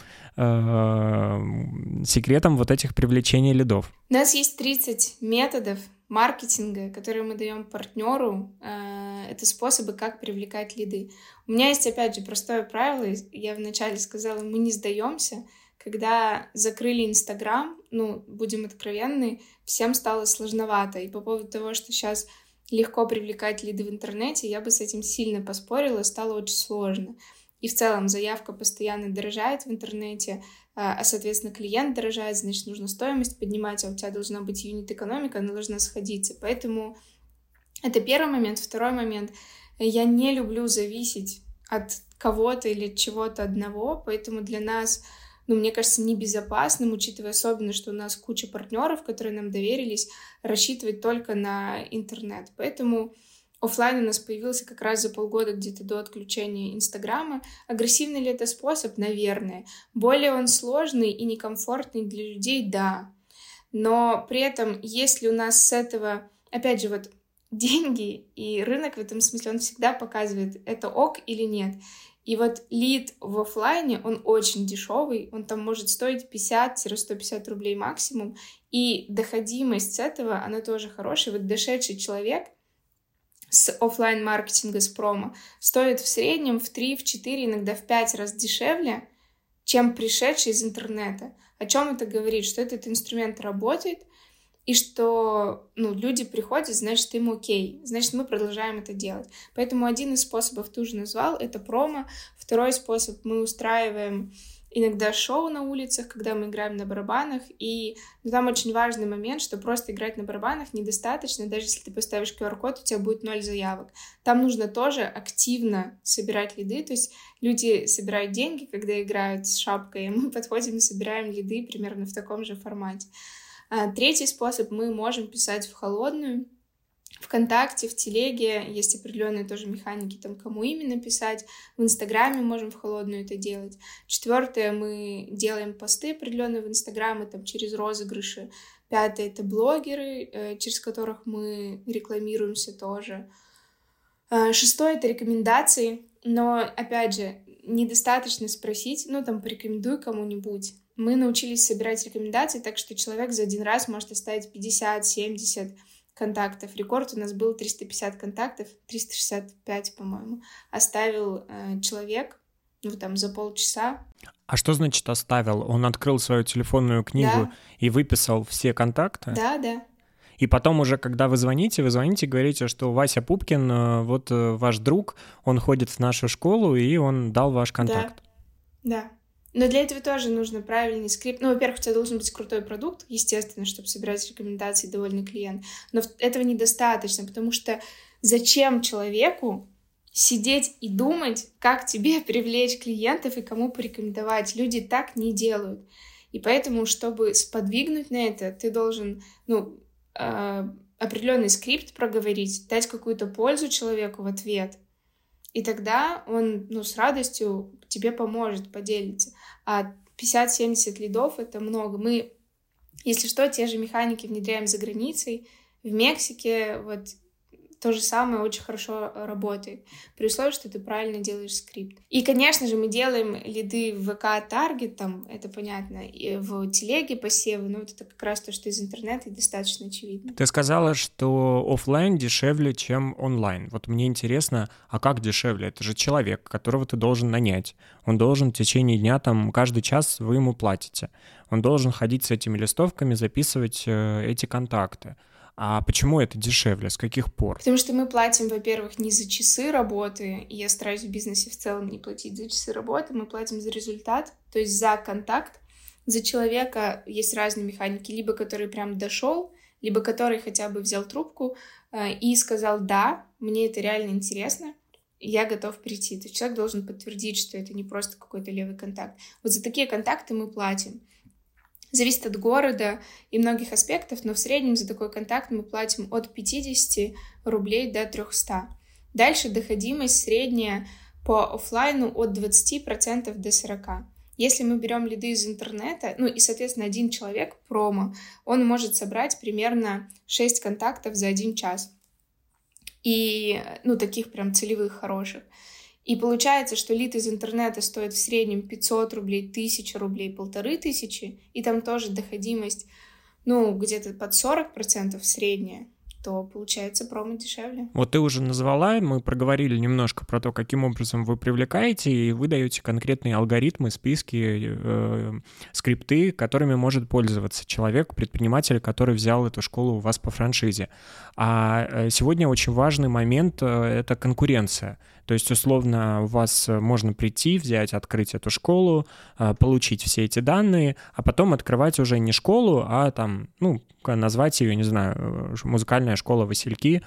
секретам вот этих привлечений лидов. У нас есть тридцать методов маркетинга, которые мы даем партнеру. Это способы, как привлекать лиды. У меня есть, опять же, простое правило. Я вначале сказала, мы не сдаемся. Когда закрыли Инстаграм, ну, будем откровенны, всем стало сложновато. И по поводу того, что сейчас легко привлекать лиды в интернете, я бы с этим сильно поспорила, стало очень сложно. И в целом заявка постоянно дорожает в интернете, а, соответственно, клиент дорожает, значит, нужно стоимость поднимать, а у тебя должна быть юнит-экономика, она должна сходиться. Поэтому это первый момент. Второй момент. Я не люблю зависеть от кого-то или от чего-то одного, поэтому для нас... ну, мне кажется, небезопасным, учитывая особенно, что у нас куча партнеров, которые нам доверились, рассчитывать только на интернет. Поэтому офлайн у нас появился как раз за полгода где-то до отключения Инстаграма. Агрессивный ли это способ? Наверное. Более он сложный и некомфортный для людей? Да. Но при этом, если у нас с этого, опять же, вот деньги и рынок в этом смысле, он всегда показывает, это ок или нет. И вот лид в офлайне, он очень дешевый, он там может стоить пятьдесят-сто пятьдесят рублей максимум, и доходимость с этого, она тоже хорошая. Вот дошедший человек с офлайн-маркетинга, с промо, стоит в среднем в три, в четыре, иногда в пять раз дешевле, чем пришедший из интернета. О чем это говорит? Что этот инструмент работает, и что, ну, люди приходят, значит, им окей, значит, мы продолжаем это делать. Поэтому один из способов ты уже назвал, это промо. Второй способ, мы устраиваем иногда шоу на улицах, когда мы играем на барабанах, и ну, там очень важный момент, что просто играть на барабанах недостаточно, даже если ты поставишь ку ар код, у тебя будет ноль заявок. Там нужно тоже активно собирать лиды, то есть люди собирают деньги, когда играют с шапкой, и мы подходим и собираем лиды примерно в таком же формате. Третий способ, мы можем писать в холодную. ВКонтакте, в Телеге есть определенные тоже механики, там, кому именно писать. В Инстаграме можем в холодную это делать. Четвертое, мы делаем посты определенные в Инстаграме, там, через розыгрыши. Пятое, это блогеры, через которых мы рекламируемся тоже. Шестое, это рекомендации. Но, опять же, недостаточно спросить, ну, там, порекомендуй кому-нибудь. Мы научились собирать рекомендации, так что человек за один раз может оставить пятьдесят-семьдесят контактов. Рекорд у нас был триста пятьдесят контактов, триста шестьдесят пять, по-моему, оставил э, человек, ну, там, за полчаса. А что значит оставил? Он открыл свою телефонную книгу, да, и выписал все контакты? Да, да. И потом уже, когда вы звоните, вы звоните и говорите, что Вася Пупкин, вот ваш друг, он ходит в нашу школу, и он дал ваш контакт. Да, да. Но для этого тоже нужно правильный скрипт. Ну, во-первых, у тебя должен быть крутой продукт, естественно, чтобы собирать рекомендации, довольный клиент. Но этого недостаточно, потому что зачем человеку сидеть и думать, как тебе привлечь клиентов и кому порекомендовать? Люди так не делают. И поэтому, чтобы сподвигнуть на это, ты должен, ну, э, определенный скрипт проговорить, дать какую-то пользу человеку в ответ. И тогда он, ну, с радостью тебе поможет, поделиться. А пятьдесят-семьдесят лидов — это много. Мы, если что, те же механики внедряем за границей. В Мексике вот то же самое очень хорошо работает, при условии, что ты правильно делаешь скрипт. И, конечно же, мы делаем лиды в ВК Таргет, там, это понятно, и в Телеге посевы, но вот это как раз то, что из интернета, и достаточно очевидно. Ты сказала, что офлайн дешевле, чем онлайн. Вот мне интересно, а как дешевле? Это же человек, которого ты должен нанять. Он должен в течение дня, там, каждый час вы ему платите. Он должен ходить с этими листовками, записывать э, эти контакты. А почему это дешевле? С каких пор? Потому что мы платим, во-первых, не за часы работы, и я стараюсь в бизнесе в целом не платить за часы работы, мы платим за результат, то есть за контакт. За человека есть разные механики, либо который прям дошел, либо который хотя бы взял трубку и сказал: да, мне это реально интересно, я готов прийти. То есть человек должен подтвердить, что это не просто какой-то левый контакт. Вот за такие контакты мы платим. Зависит от города и многих аспектов, но в среднем за такой контакт мы платим от пятьдесят рублей до триста. Дальше доходимость средняя по офлайну от двадцать процентов до сорок процентов. Если мы берем лиды из интернета, ну и, соответственно, один человек, промо, он может собрать примерно шесть контактов за один час. И, ну, таких прям целевых, хороших. И получается, что лид из интернета стоит в среднем пятьсот рублей, тысяча рублей, полторы тысячи, и там тоже доходимость, ну, где-то под сорок процентов средняя, то получается промо дешевле. Вот ты уже назвала, мы проговорили немножко про то, каким образом вы привлекаете, и вы даете конкретные алгоритмы, списки, э, скрипты, которыми может пользоваться человек, предприниматель, который взял эту школу у вас по франшизе. А сегодня очень важный момент — это конкуренция. То есть, условно, у вас можно прийти, взять, открыть эту школу, получить все эти данные, а потом открывать уже не школу, а там, ну, назвать ее, не знаю, музыкальная школа «Васильки»,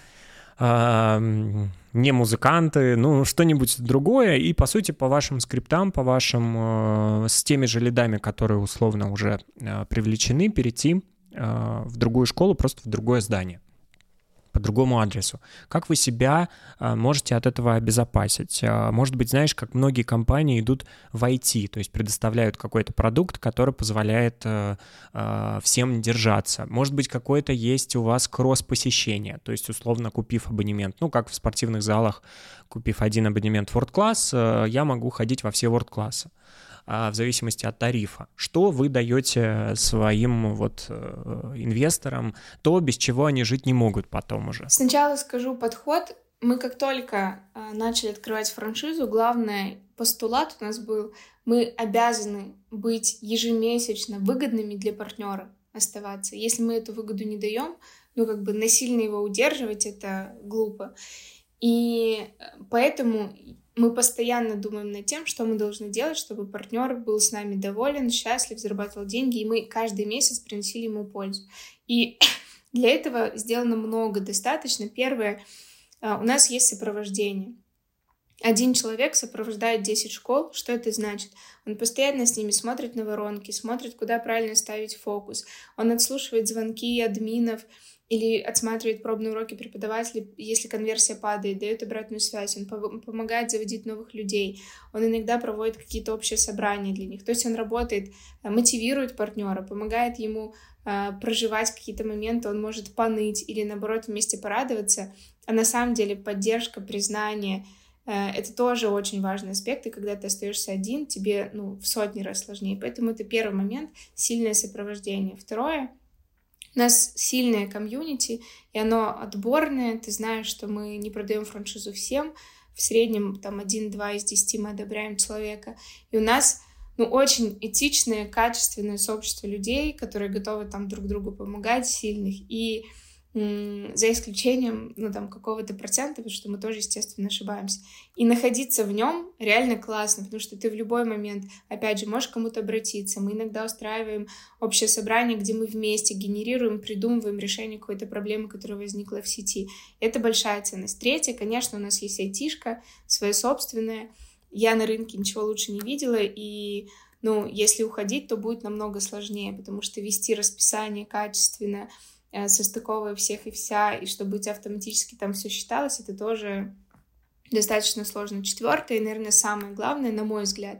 не музыканты, ну, что-нибудь другое, и, по сути, по вашим скриптам, по вашим, с теми же лидами, которые условно уже привлечены, перейти в другую школу, просто в другое здание, по другому адресу. Как вы себя а, можете от этого обезопасить? А, может быть, знаешь, как многие компании идут в ай ти, то есть предоставляют какой-то продукт, который позволяет а, а, всем держаться. Может быть, какое-то есть у вас кросс-посещение, то есть, условно, купив абонемент, ну, как в спортивных залах, купив один абонемент World Class, а, я могу ходить во все World Class. В зависимости от тарифа. Что вы даете своим вот инвесторам, то, без чего они жить не могут потом уже? Сначала скажу подход. Мы как только начали открывать франшизу, главный постулат у нас был: мы обязаны быть ежемесячно выгодными для партнера, оставаться. Если мы эту выгоду не даем, ну как бы насильно его удерживать — это глупо. И поэтому мы постоянно думаем над тем, что мы должны делать, чтобы партнер был с нами доволен, счастлив, зарабатывал деньги, и мы каждый месяц приносили ему пользу. И для этого сделано много, достаточно. Первое, у нас есть сопровождение. Один человек сопровождает десять школ. Что это значит? Он постоянно с ними смотрит на воронки, смотрит, куда правильно ставить фокус. Он отслушивает звонки админов или отсматривает пробные уроки преподавателей, если конверсия падает, дает обратную связь, он помогает заводить новых людей, он иногда проводит какие-то общие собрания для них. То есть он работает, мотивирует партнера, помогает ему э, проживать какие-то моменты, он может поныть или, наоборот, вместе порадоваться. А на самом деле поддержка, признание э, — это тоже очень важный аспект, и когда ты остаешься один, тебе ну, в сотни раз сложнее. Поэтому это первый момент — сильное сопровождение. Второе — у нас сильное комьюнити, и оно отборное. Ты знаешь, что мы не продаем франшизу всем. В среднем там один-два из десяти мы одобряем человека. И у нас ну, очень этичное, качественное сообщество людей, которые готовы там друг другу помогать, сильных. И м- за исключением ну, там, какого-то процента, потому что мы тоже, естественно, ошибаемся. И находиться в нем реально классно, потому что ты в любой момент, опять же, можешь к кому-то обратиться. Мы иногда устраиваем общее собрание, где мы вместе генерируем, придумываем решение какой-то проблемы, которая возникла в сети. Это большая ценность. Третье, конечно, у нас есть айтишка, своя собственная. Я на рынке ничего лучше не видела, и ну, если уходить, то будет намного сложнее, потому что вести расписание качественно, состыковывая всех и вся, и чтобы у тебя автоматически там все считалось, это тоже достаточно сложно. Четвертое, и, наверное, самое главное, на мой взгляд,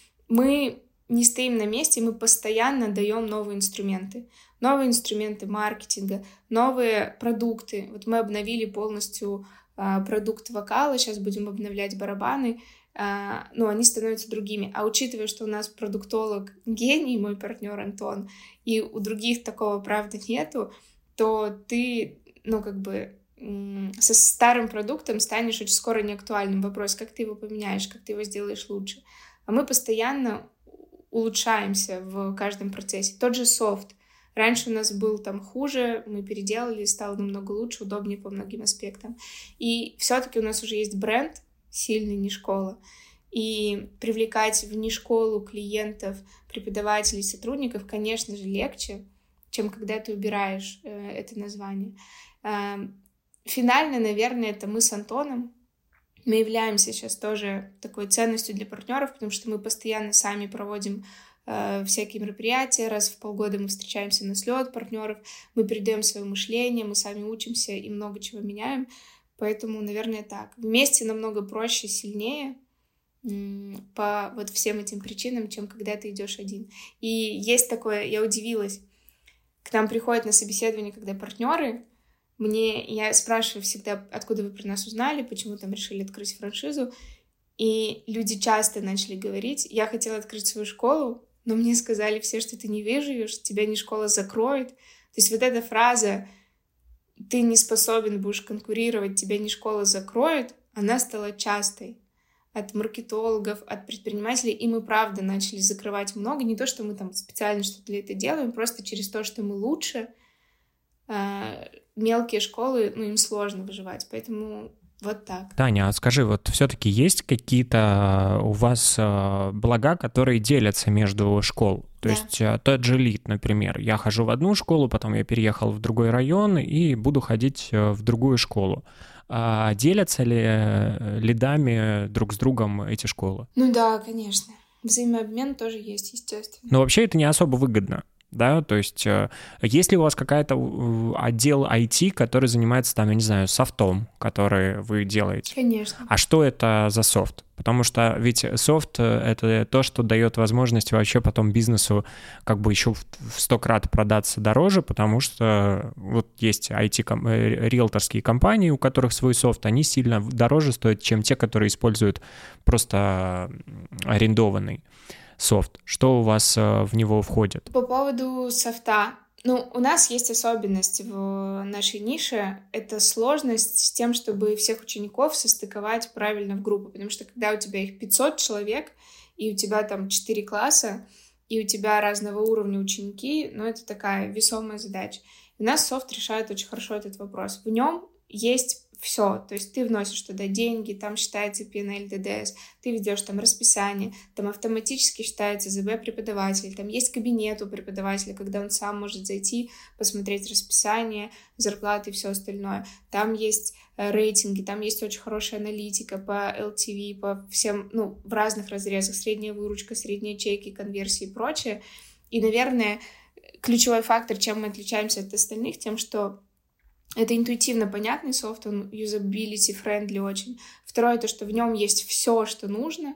мы не стоим на месте, мы постоянно даем новые инструменты. Новые инструменты маркетинга, новые продукты. Вот мы обновили полностью а, продукт вокала, сейчас будем обновлять барабаны, а, ну, они становятся другими. А учитывая, что у нас продуктолог гений, мой партнер Антон, и у других такого, правда, нету, то ты, ну, как бы со старым продуктом станешь очень скоро неактуальным. Вопрос, как ты его поменяешь, как ты его сделаешь лучше. А мы постоянно улучшаемся в каждом процессе. Тот же софт. Раньше у нас был там хуже, мы переделали, стало намного лучше, удобнее по многим аспектам. И все-таки у нас уже есть бренд сильный, не школа. И привлекать в не школу клиентов, преподавателей, сотрудников, конечно же, легче, чем когда ты убираешь э, это название. Э, финально, наверное, это мы с Антоном. Мы являемся сейчас тоже такой ценностью для партнеров, потому что мы постоянно сами проводим э, всякие мероприятия, раз в полгода мы встречаемся на слет партнеров, мы передаем свое мышление, мы сами учимся и много чего меняем. Поэтому, наверное, так. Вместе намного проще, сильнее м- по вот всем этим причинам, чем когда ты идешь один. И есть такое, я удивилась, к нам приходят на собеседование, когда партнеры, мне, я спрашиваю всегда, откуда вы про нас узнали, почему там решили открыть франшизу, и люди часто начали говорить, я хотела открыть свою школу, но мне сказали все, что ты не выживешь, тебя не школа закроет. То есть вот эта фраза «ты не способен будешь конкурировать, тебя не школа закроет», она стала частой от маркетологов, от предпринимателей, и мы, правда, начали закрывать много. Не то, что мы там специально что-то для этого делаем, просто через то, что мы лучше, мелкие школы, ну, им сложно выживать, поэтому вот так. Таня, а скажи, вот все-таки есть какие-то у вас блага, которые делятся между школ? То да. есть тот же ЛИД, например. Я хожу в одну школу, потом я переехал в другой район и буду ходить в другую школу. А делятся ли лидами друг с другом эти школы? Ну да, конечно. Взаимообмен тоже есть, естественно. Но вообще это не особо выгодно. Да, то есть есть ли у вас какая-то отдел ай ти, который занимается, там, я не знаю, софтом, который вы делаете? Конечно. А что это за софт? Потому что ведь софт — это то, что дает возможность вообще потом бизнесу как бы еще в сто крат продаться дороже, потому что вот есть ай ти, риэлторские компании, у которых свой софт, они сильно дороже стоят, чем те, которые используют просто арендованный софт. Что у вас э, в него входит? По поводу софта. Ну, у нас есть особенность в нашей нише. Это сложность с тем, чтобы всех учеников состыковать правильно в группу. Потому что когда у тебя их пятьсот человек, и у тебя там четыре класса, и у тебя разного уровня ученики, ну, это такая весомая задача. И у нас софт решает очень хорошо этот вопрос. В нем есть все, то есть ты вносишь туда деньги, там считается пи эн эль, ди ди эс, ты ведешь там расписание, там автоматически считается зэ вэ преподаватель, там есть кабинет у преподавателя, когда он сам может зайти, посмотреть расписание, зарплаты и все остальное. Там есть э, рейтинги, там есть очень хорошая аналитика по эл ти ви, по всем, ну, в разных разрезах, средняя выручка, средние чеки, конверсии и прочее. И, наверное, ключевой фактор, чем мы отличаемся от остальных, тем, что это интуитивно понятный софт, он юзабилити-френдли очень. Второе, то, что в нем есть все, что нужно.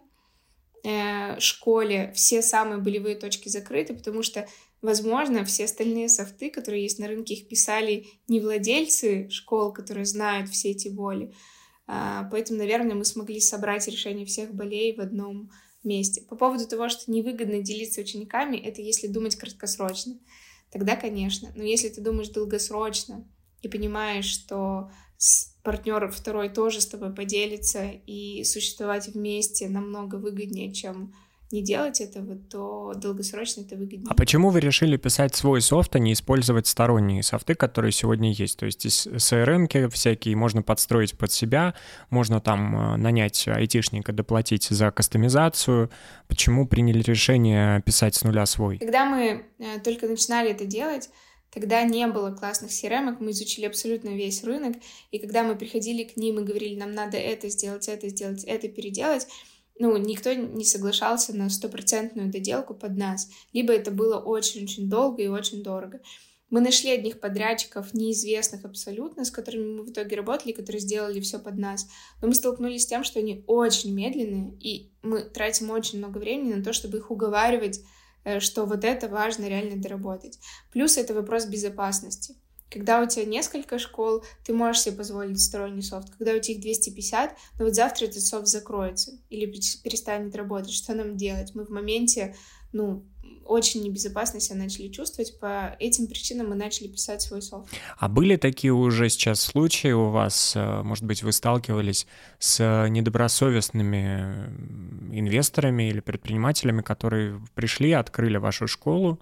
Э, школе все самые болевые точки закрыты, потому что, возможно, все остальные софты, которые есть на рынке, их писали не владельцы школ, которые знают все эти боли. Э, поэтому, наверное, мы смогли собрать решение всех болей в одном месте. По поводу того, что невыгодно делиться учениками, это если думать краткосрочно. Тогда, конечно. Но если ты думаешь долгосрочно, и понимаешь, что партнер второй тоже с тобой поделится, и существовать вместе намного выгоднее, чем не делать этого, то долгосрочно это выгоднее. А почему вы решили писать свой софт, а не использовать сторонние софты, которые сегодня есть? То есть здесь си эр эм-ки всякие можно подстроить под себя, можно там нанять айтишника, доплатить за кастомизацию. Почему приняли решение писать с нуля свой? Когда мы только начинали это делать, тогда не было классных си эр эм-ок, мы изучили абсолютно весь рынок, и когда мы приходили к ним и говорили, нам надо это сделать, это сделать, это переделать, ну, никто не соглашался на стопроцентную доделку под нас, либо это было очень-очень долго и очень дорого. Мы нашли одних подрядчиков, неизвестных абсолютно, с которыми мы в итоге работали, которые сделали все под нас, но мы столкнулись с тем, что они очень медленные, и мы тратим очень много времени на то, чтобы их уговаривать, что вот это важно реально доработать. Плюс это вопрос безопасности. Когда у тебя несколько школ, ты можешь себе позволить сторонний софт. Когда у тебя их двести пятьдесят, но вот завтра этот софт закроется или перестанет работать. Что нам делать? Мы в моменте, ну, очень небезопасно себя начали чувствовать. По этим причинам мы начали писать свой софт. А были такие уже сейчас случаи у вас, может быть, вы сталкивались с недобросовестными инвесторами или предпринимателями, которые пришли, открыли вашу школу,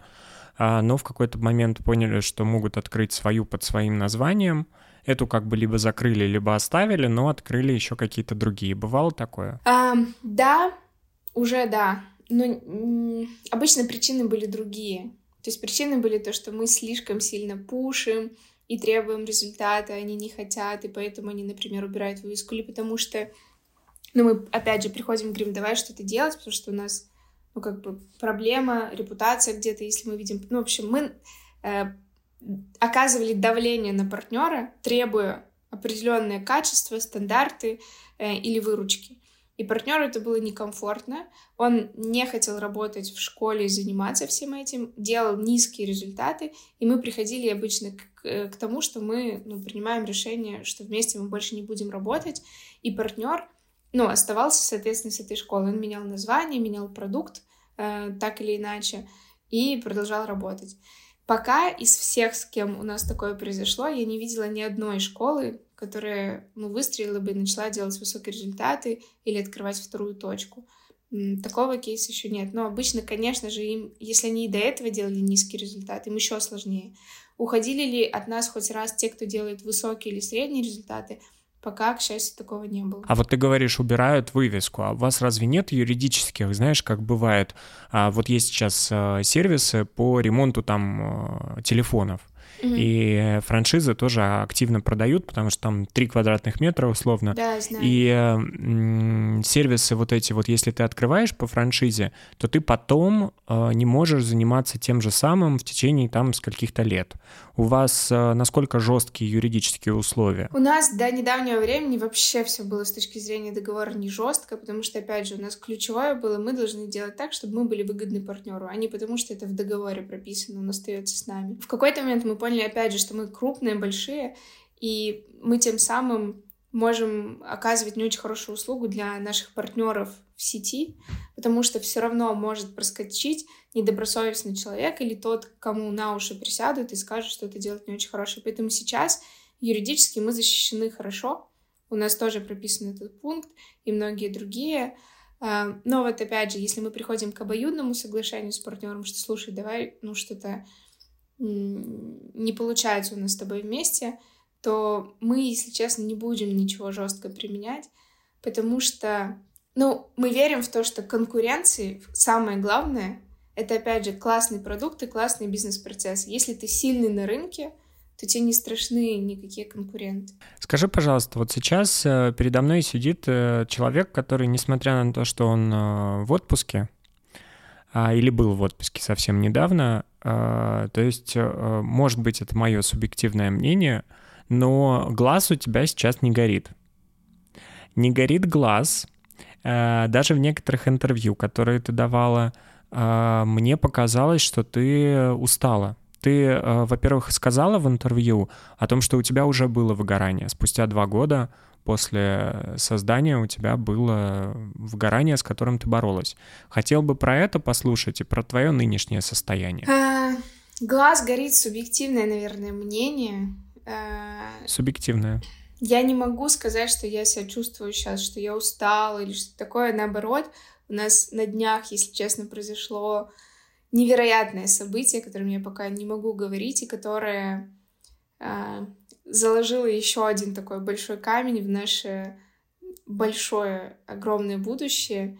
но в какой-то момент поняли, что могут открыть свою под своим названием, эту как бы либо закрыли, либо оставили, но открыли еще какие-то другие. Бывало такое? А, да, уже да. Но м- обычно причины были другие. То есть причины были то, что мы слишком сильно пушим и требуем результата, они не хотят, и поэтому они, например, убирают вывеску, или потому что, ну, мы, опять же, приходим и говорим, давай что-то делать, потому что у нас, ну, как бы проблема, репутация где-то, если мы видим... Ну, в общем, мы э, оказывали давление на партнера, требуя определенное качество, стандарты э, или выручки. И партнеру это было некомфортно, он не хотел работать в школе и заниматься всем этим, делал низкие результаты, и мы приходили обычно к, к тому, что мы ну, принимаем решение, что вместе мы больше не будем работать, и партнер ну, оставался, соответственно, с этой школой. Он менял название, менял продукт, э, так или иначе, и продолжал работать. Пока из всех, с кем у нас такое произошло, я не видела ни одной школы, которая ну, выстрелила бы и начала делать высокие результаты или открывать вторую точку. Такого кейса еще нет. Но обычно, конечно же, им, если они и до этого делали низкие результаты, им еще сложнее. Уходили ли от нас хоть раз те, кто делает высокие или средние результаты? Пока, к счастью, такого не было. А вот ты говоришь, убирают вывеску, а у вас разве нет юридических, знаешь, как бывает, а вот есть сейчас сервисы по ремонту там телефонов, mm-hmm. и франшизы тоже активно продают, потому что там три квадратных метра условно. Да, знаю. И м- сервисы вот эти вот, если ты открываешь по франшизе, то ты потом э, не можешь заниматься тем же самым в течение там скольких-то лет. У вас э, насколько жесткие юридические условия? У нас до недавнего времени вообще все было с точки зрения договора не жестко, потому что, опять же, у нас ключевое было, мы должны делать так, чтобы мы были выгодны партнеру, а не потому, что это в договоре прописано, он остается с нами. В какой-то момент мы поняли, опять же, что мы крупные, большие, и мы тем самым можем оказывать не очень хорошую услугу для наших партнеров в сети, потому что все равно может проскочить недобросовестный человек или тот, кому на уши присядут и скажут, что это делать не очень хорошо. Поэтому сейчас юридически мы защищены хорошо. У нас тоже прописан этот пункт и многие другие. Но вот опять же, если мы приходим к обоюдному соглашению с партнером, что слушай, давай, ну что-то не получается у нас с тобой вместе, то мы, если честно, не будем ничего жестко применять, потому что, ну, мы верим в то, что конкуренции самое главное — это, опять же, классный продукт и классный бизнес-процесс. Если ты сильный на рынке, то тебе не страшны никакие конкуренты. Скажи, пожалуйста, вот сейчас передо мной сидит человек, который, несмотря на то, что он в отпуске, или был в отпуске совсем недавно, то есть, может быть, это мое субъективное мнение, но глаз у тебя сейчас не горит. Не горит глаз. Даже в некоторых интервью, которые ты давала, мне показалось, что ты устала. Ты, во-первых, сказала в интервью о том, что у тебя уже было выгорание. Спустя два года после создания у тебя было выгорание, с которым ты боролась. Хотел бы про это послушать и про твое нынешнее состояние. А, глаз горит — субъективное, наверное, мнение. Субъективное. Я не могу сказать, что я себя чувствую сейчас, что я устала или что-то такое. Наоборот, у нас на днях, если честно, произошло невероятное событие, о котором я пока не могу говорить, и которое э, заложило еще один такой большой камень в наше большое, огромное будущее.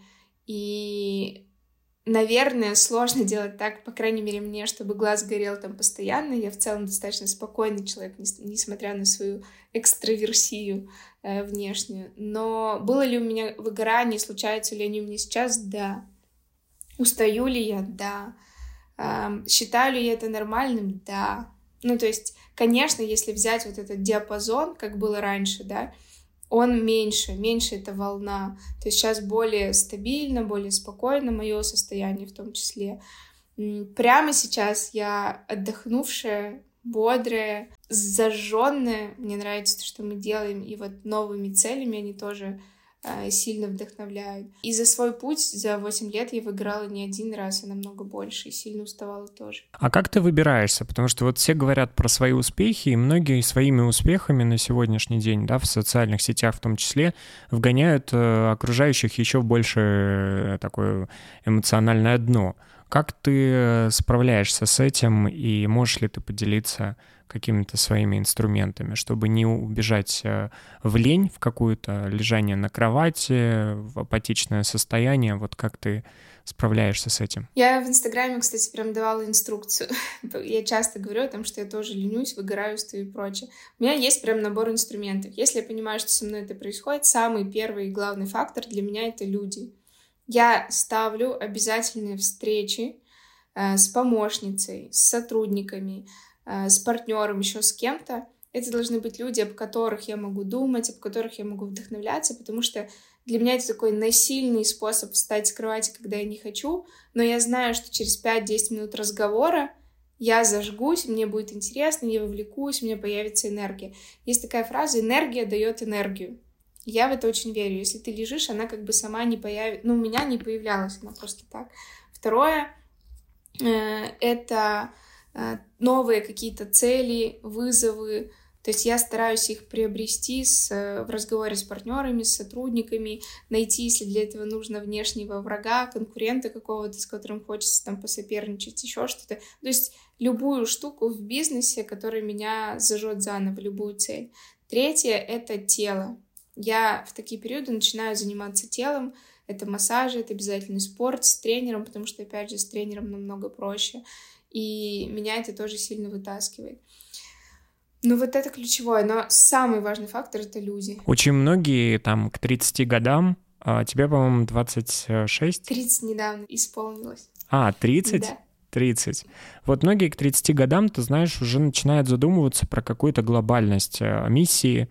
И, наверное, сложно делать так, по крайней мере, мне, чтобы глаз горел там постоянно. Я в целом достаточно спокойный человек, несмотря на свою экстраверсию э, внешнюю. Но было ли у меня выгорание, случаются ли они у меня сейчас? Да. Устаю ли я? Да. Э, считаю ли я это нормальным? Да. Ну, то есть, конечно, если взять вот этот диапазон, как было раньше, да, он меньше, меньше эта волна. То есть сейчас более стабильно, более спокойно мое состояние в том числе. Прямо сейчас я отдохнувшая, бодрая, зажженная. Мне нравится то, что мы делаем, и вот новыми целями они тоже э, сильно вдохновляют. И за свой путь, за восемь лет я выиграла не один раз, а намного больше, и сильно уставала тоже. А как ты выбираешься? Потому что вот все говорят про свои успехи, и многие своими успехами на сегодняшний день, да, в социальных сетях в том числе, вгоняют э, окружающих еще в больше э, такое эмоциональное дно. Как ты справляешься с этим, и можешь ли ты поделиться какими-то своими инструментами, чтобы не убежать в лень, в какую-то лежание на кровати, в апатичное состояние? Вот как ты справляешься с этим? Я в Инстаграме, кстати, прям давала инструкцию. Я часто говорю о том, что я тоже ленюсь, выгораю, устаю и прочее. У меня есть прям набор инструментов. Если я понимаю, что со мной это происходит, самый первый и главный фактор для меня — это люди. Я ставлю обязательные встречи э, с помощницей, с сотрудниками, э, с партнером, еще с кем-то. Это должны быть люди, об которых я могу думать, об которых я могу вдохновляться, потому что для меня это такой насильный способ встать с кровати, когда я не хочу, но я знаю, что через пять-десять минут разговора я зажгусь, мне будет интересно, я вовлекусь, у меня появится энергия. Есть такая фраза: «Энергия дает энергию». Я в это очень верю. Если ты лежишь, она как бы сама не появится. Ну, у меня не появлялась она просто так. Второе э, — это э, новые какие-то цели, вызовы. То есть я стараюсь их приобрести с, в разговоре с партнерами, с сотрудниками, найти, если для этого нужно, внешнего врага, конкурента какого-то, с которым хочется там посоперничать, еще что-то. То есть любую штуку в бизнесе, которая меня зажжет заново, любую цель. Третье — это тело. Я в такие периоды начинаю заниматься телом. Это массажи, это обязательный спорт с тренером, потому что, опять же, с тренером намного проще. И меня это тоже сильно вытаскивает. Ну, вот это ключевое, но самый важный фактор — это люди. Очень многие там к тридцати годам, а тебе, по-моему, двадцать шесть? тридцать недавно исполнилось. А, тридцать? Да. тридцать. Вот многие к тридцати годам, ты знаешь, уже начинают задумываться про какую-то глобальность миссии,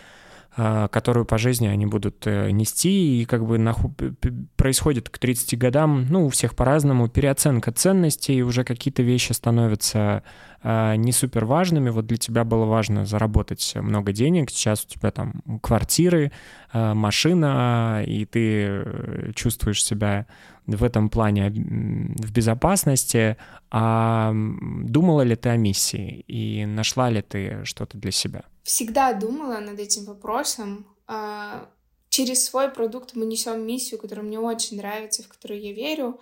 которую по жизни они будут нести, и как бы наху... происходит к тридцати годам, ну, у всех по-разному, переоценка ценностей, уже какие-то вещи становятся э, не супер важными. Вот для тебя было важно заработать много денег, сейчас у тебя там квартиры, э, машина, и ты чувствуешь себя в этом плане в безопасности. А думала ли ты о миссии и нашла ли ты что-то для себя? Всегда думала над этим вопросом. Через свой продукт мы несем миссию, которая мне очень нравится, в которую я верю.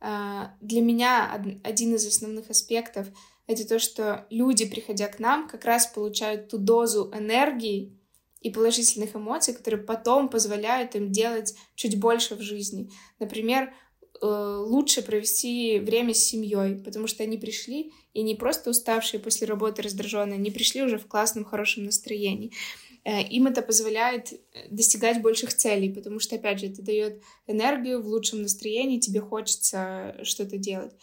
Для меня один из основных аспектов — это то, что люди, приходя к нам, как раз получают ту дозу энергии и положительных эмоций, которые потом позволяют им делать чуть больше в жизни. Например, лучше провести время с семьей, потому что они пришли, и не просто уставшие после работы, раздраженные, они пришли уже в классном, хорошем настроении. Им это позволяет достигать больших целей, потому что, опять же, это дает энергию в лучшем настроении, тебе хочется что-то делать.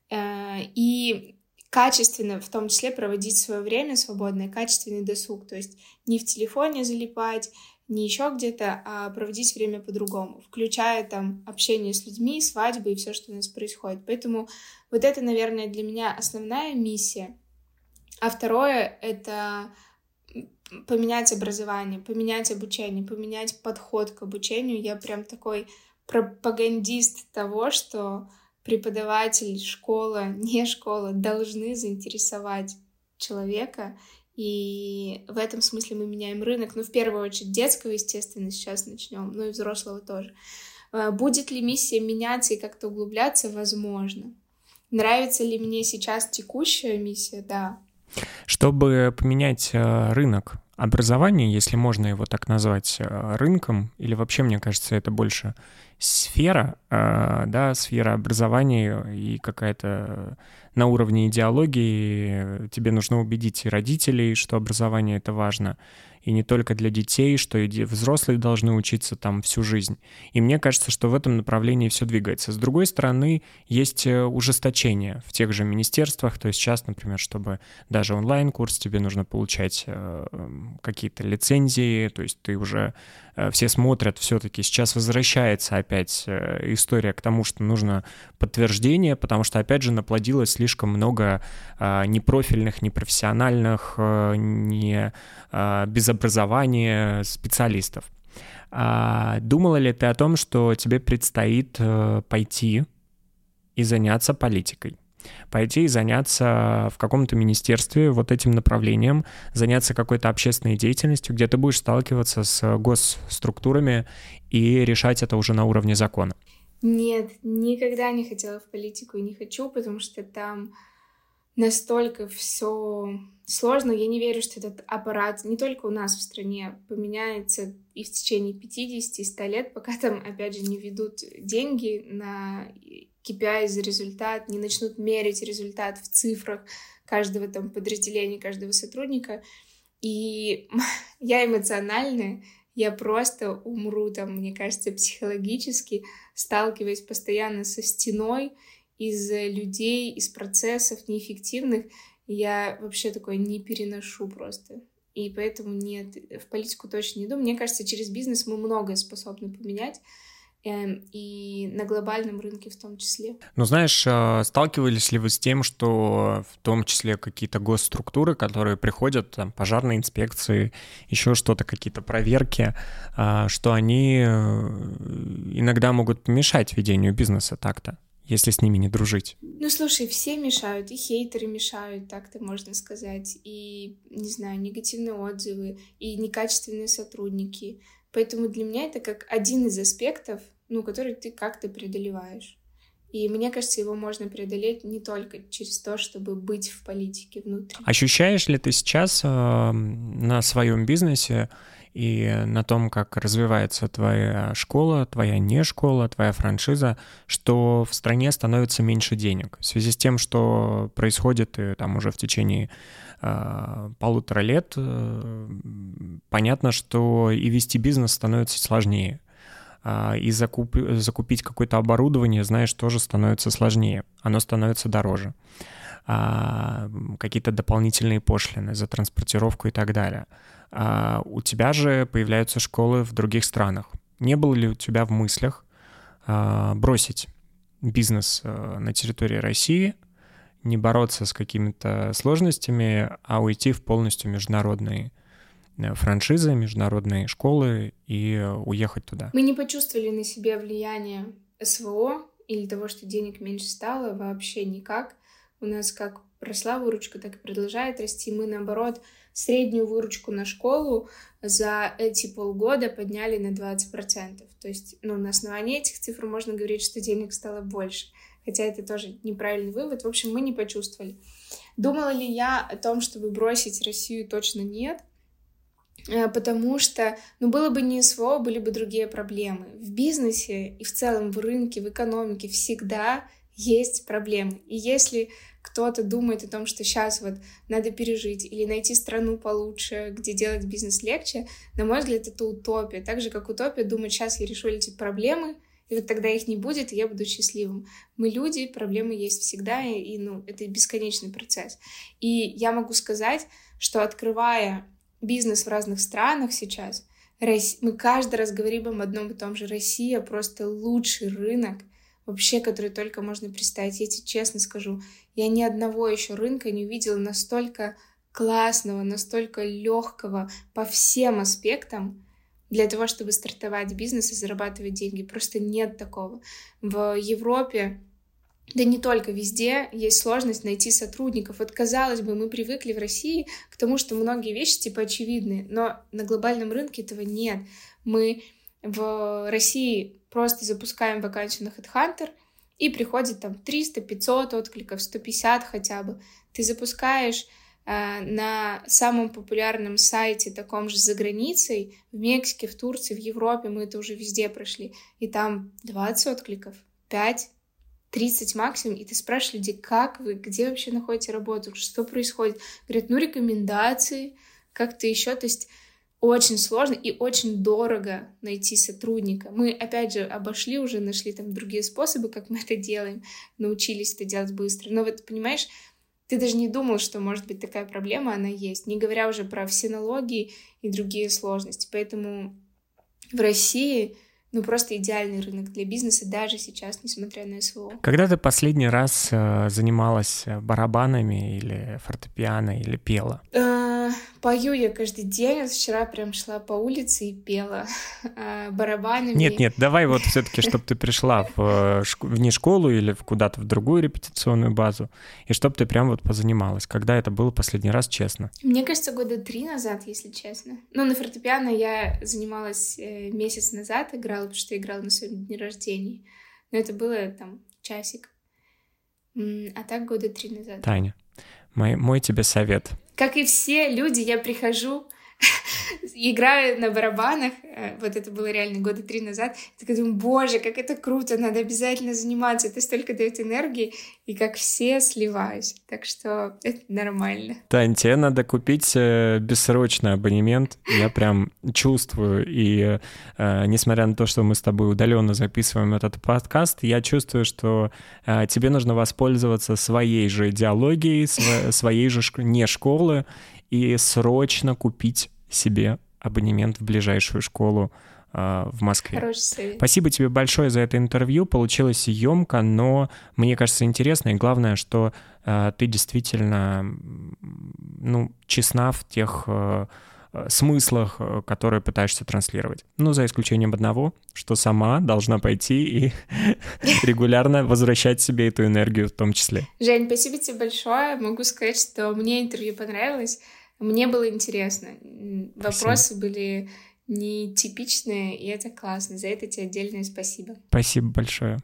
И качественно, в том числе, проводить свое время свободное, качественный досуг, то есть не в телефоне залипать, не еще где-то, а проводить время по-другому, включая там общение с людьми, свадьбы и все, что у нас происходит. Поэтому вот это, наверное, для меня основная миссия. А второе — это поменять образование, поменять обучение, поменять подход к обучению. Я прям такой пропагандист того, что преподаватель, школа, не школа должны заинтересовать человека. И в этом смысле мы меняем рынок. Ну, в первую очередь, детского, естественно, сейчас начнем, ну и взрослого тоже. Будет ли миссия меняться и как-то углубляться? Возможно. Нравится ли мне сейчас текущая миссия? Да. Чтобы поменять рынок образования, если можно его так назвать, рынком, или вообще, мне кажется, это больше сфера, да, сфера образования и какая-то на уровне идеологии, тебе нужно убедить и родителей, что образование — это важно, и не только для детей, что и взрослые должны учиться там всю жизнь. И мне кажется, что в этом направлении все двигается. С другой стороны, есть ужесточение в тех же министерствах, то есть сейчас, например, чтобы даже онлайн-курс, тебе нужно получать какие-то лицензии, то есть ты уже... Все смотрят, все-таки сейчас возвращается опять история к тому, что нужно подтверждение, потому что, опять же, наплодилось слишком много непрофильных, непрофессиональных, не без образования специалистов. Думала ли ты о том, что тебе предстоит пойти и заняться политикой? Пойти и заняться в каком-то министерстве вот этим направлением, заняться какой-то общественной деятельностью, где ты будешь сталкиваться с госструктурами и решать это уже на уровне закона? Нет, никогда не хотела в политику и не хочу, потому что там настолько все сложно. Я не верю, что этот аппарат не только у нас в стране поменяется и в течение пятьдесят-сто лет, пока там, опять же, не ведут деньги на кей пи ай за результат, не начнут мерить результат в цифрах каждого там подразделения, каждого сотрудника. И я эмоциональная, я просто умру там, мне кажется, психологически, сталкиваясь постоянно со стеной из людей, из процессов неэффективных. Я вообще такое не переношу просто. И поэтому нет, в политику точно не иду. Мне кажется, через бизнес мы многое способны поменять. И на глобальном рынке в том числе. Ну, знаешь, сталкивались ли вы с тем, что в том числе какие-то госструктуры, которые приходят, там, пожарные инспекции, еще что-то, какие-то проверки, что они иногда могут помешать ведению бизнеса так-то, если с ними не дружить? Ну, слушай, все мешают, и хейтеры мешают, так-то можно сказать, и, не знаю, негативные отзывы, и некачественные сотрудники. Поэтому для меня это как один из аспектов, ну, который ты как-то преодолеваешь. И мне кажется, его можно преодолеть не только через то, чтобы быть в политике внутри. Ощущаешь ли ты сейчас э, на своем бизнесе и на том, как развивается твоя школа, твоя не школа, твоя франшиза, что в стране становится меньше денег в связи с тем, что происходит и там уже в течение э, полутора лет? Э, понятно, что и вести бизнес становится сложнее. И закуп, закупить какое-то оборудование, знаешь, тоже становится сложнее. Оно становится дороже. А, какие-то дополнительные пошлины за транспортировку и так далее. А, у тебя же появляются школы в других странах. Не было ли у тебя в мыслях а, бросить бизнес а, на территории России, не бороться с какими-то сложностями, а уйти в полностью международные франшизы, международные школы и уехать туда? Мы не почувствовали на себе влияние эс вэ о или того, что денег меньше стало, вообще никак. У нас как росла выручка, так и продолжает расти. Мы, наоборот, среднюю выручку на школу за эти полгода подняли на двадцать процентов. То есть, ну, на основании этих цифр можно говорить, что денег стало больше. Хотя это тоже неправильный вывод. В общем, мы не почувствовали. Думала ли я о том, чтобы бросить Россию? Точно нет. Потому что, ну, было бы не эс вэ о, были бы другие проблемы. В бизнесе и в целом в рынке, в экономике всегда есть проблемы. И если кто-то думает о том, что сейчас вот надо пережить или найти страну получше, где делать бизнес легче, на мой взгляд, это утопия. Так же, как утопия думать, сейчас я решу эти проблемы, и вот тогда их не будет, и я буду счастливым. Мы люди, проблемы есть всегда, и, и ну, это бесконечный процесс. И я могу сказать, что открывая бизнес в разных странах сейчас, мы каждый раз говорим об одном и том же. Россия просто лучший рынок, вообще, который только можно представить. Я тебе честно скажу, я ни одного еще рынка не увидела настолько классного, настолько легкого по всем аспектам для того, чтобы стартовать бизнес и зарабатывать деньги. Просто нет такого. В Европе, да не только, везде есть сложность найти сотрудников. Вот, казалось бы, мы привыкли в России к тому, что многие вещи типа очевидны, но на глобальном рынке этого нет. Мы в России просто запускаем вакансию на HeadHunter, и приходит там триста-пятьсот откликов, сто пятьдесят хотя бы. Ты запускаешь э, на самом популярном сайте, таком же за границей, в Мексике, в Турции, в Европе, мы это уже везде прошли, и там двадцать откликов, пять, тридцать максимум, и ты спрашиваешь людей, как вы, где вообще находите работу, что происходит. Говорят, ну, рекомендации, как-то еще, то есть очень сложно и очень дорого найти сотрудника. Мы, опять же, обошли уже, нашли там другие способы, как мы это делаем, научились это делать быстро. Но вот, понимаешь, ты даже не думал, что может быть такая проблема, она есть, не говоря уже про все налоги и другие сложности. Поэтому в России ну, просто идеальный рынок для бизнеса даже сейчас, несмотря на эс вэ о. Когда ты последний раз э, занималась барабанами или фортепиано, или пела? Э, пою я каждый день. Вот вчера прям шла по улице и пела э, барабанами. Нет-нет, давай вот все-таки, чтобы ты пришла в, в не школу или в куда-то в другую репетиционную базу, и чтобы ты прям вот позанималась. Когда это было последний раз, честно? Мне кажется, года три назад, если честно. Ну, на фортепиано я занималась э, месяц назад, играла, потому что играла на своем дне рождения. Но это было там часик. А так года три назад. Таня, Мой, мой тебе совет. Как и все люди, я прихожу, играю на барабанах, вот это было реально года три назад, и такая думаю, боже, как это круто, надо обязательно заниматься, это столько дает энергии, и как все сливаюсь, так что это нормально. Тань, тебе надо купить бессрочный абонемент, я прям чувствую, и э, несмотря на то, что мы с тобой удаленно записываем этот подкаст, я чувствую, что э, тебе нужно воспользоваться своей же идеологией, св- своей же шк- не школы, и срочно купить себе абонемент в ближайшую школу э, в Москве. Хороший совет. Спасибо тебе большое за это интервью. Получилось емко, но мне кажется интересно. И главное, что э, ты действительно ну, честна в тех э, смыслах, которые пытаешься транслировать. Ну, за исключением одного, что сама должна пойти и регулярно возвращать себе эту энергию в том числе. Жень, спасибо тебе большое. Могу сказать, что мне интервью понравилось. Мне было интересно. Вопросы спасибо. Были нетипичные, и это классно. За это тебе отдельное спасибо. Спасибо большое.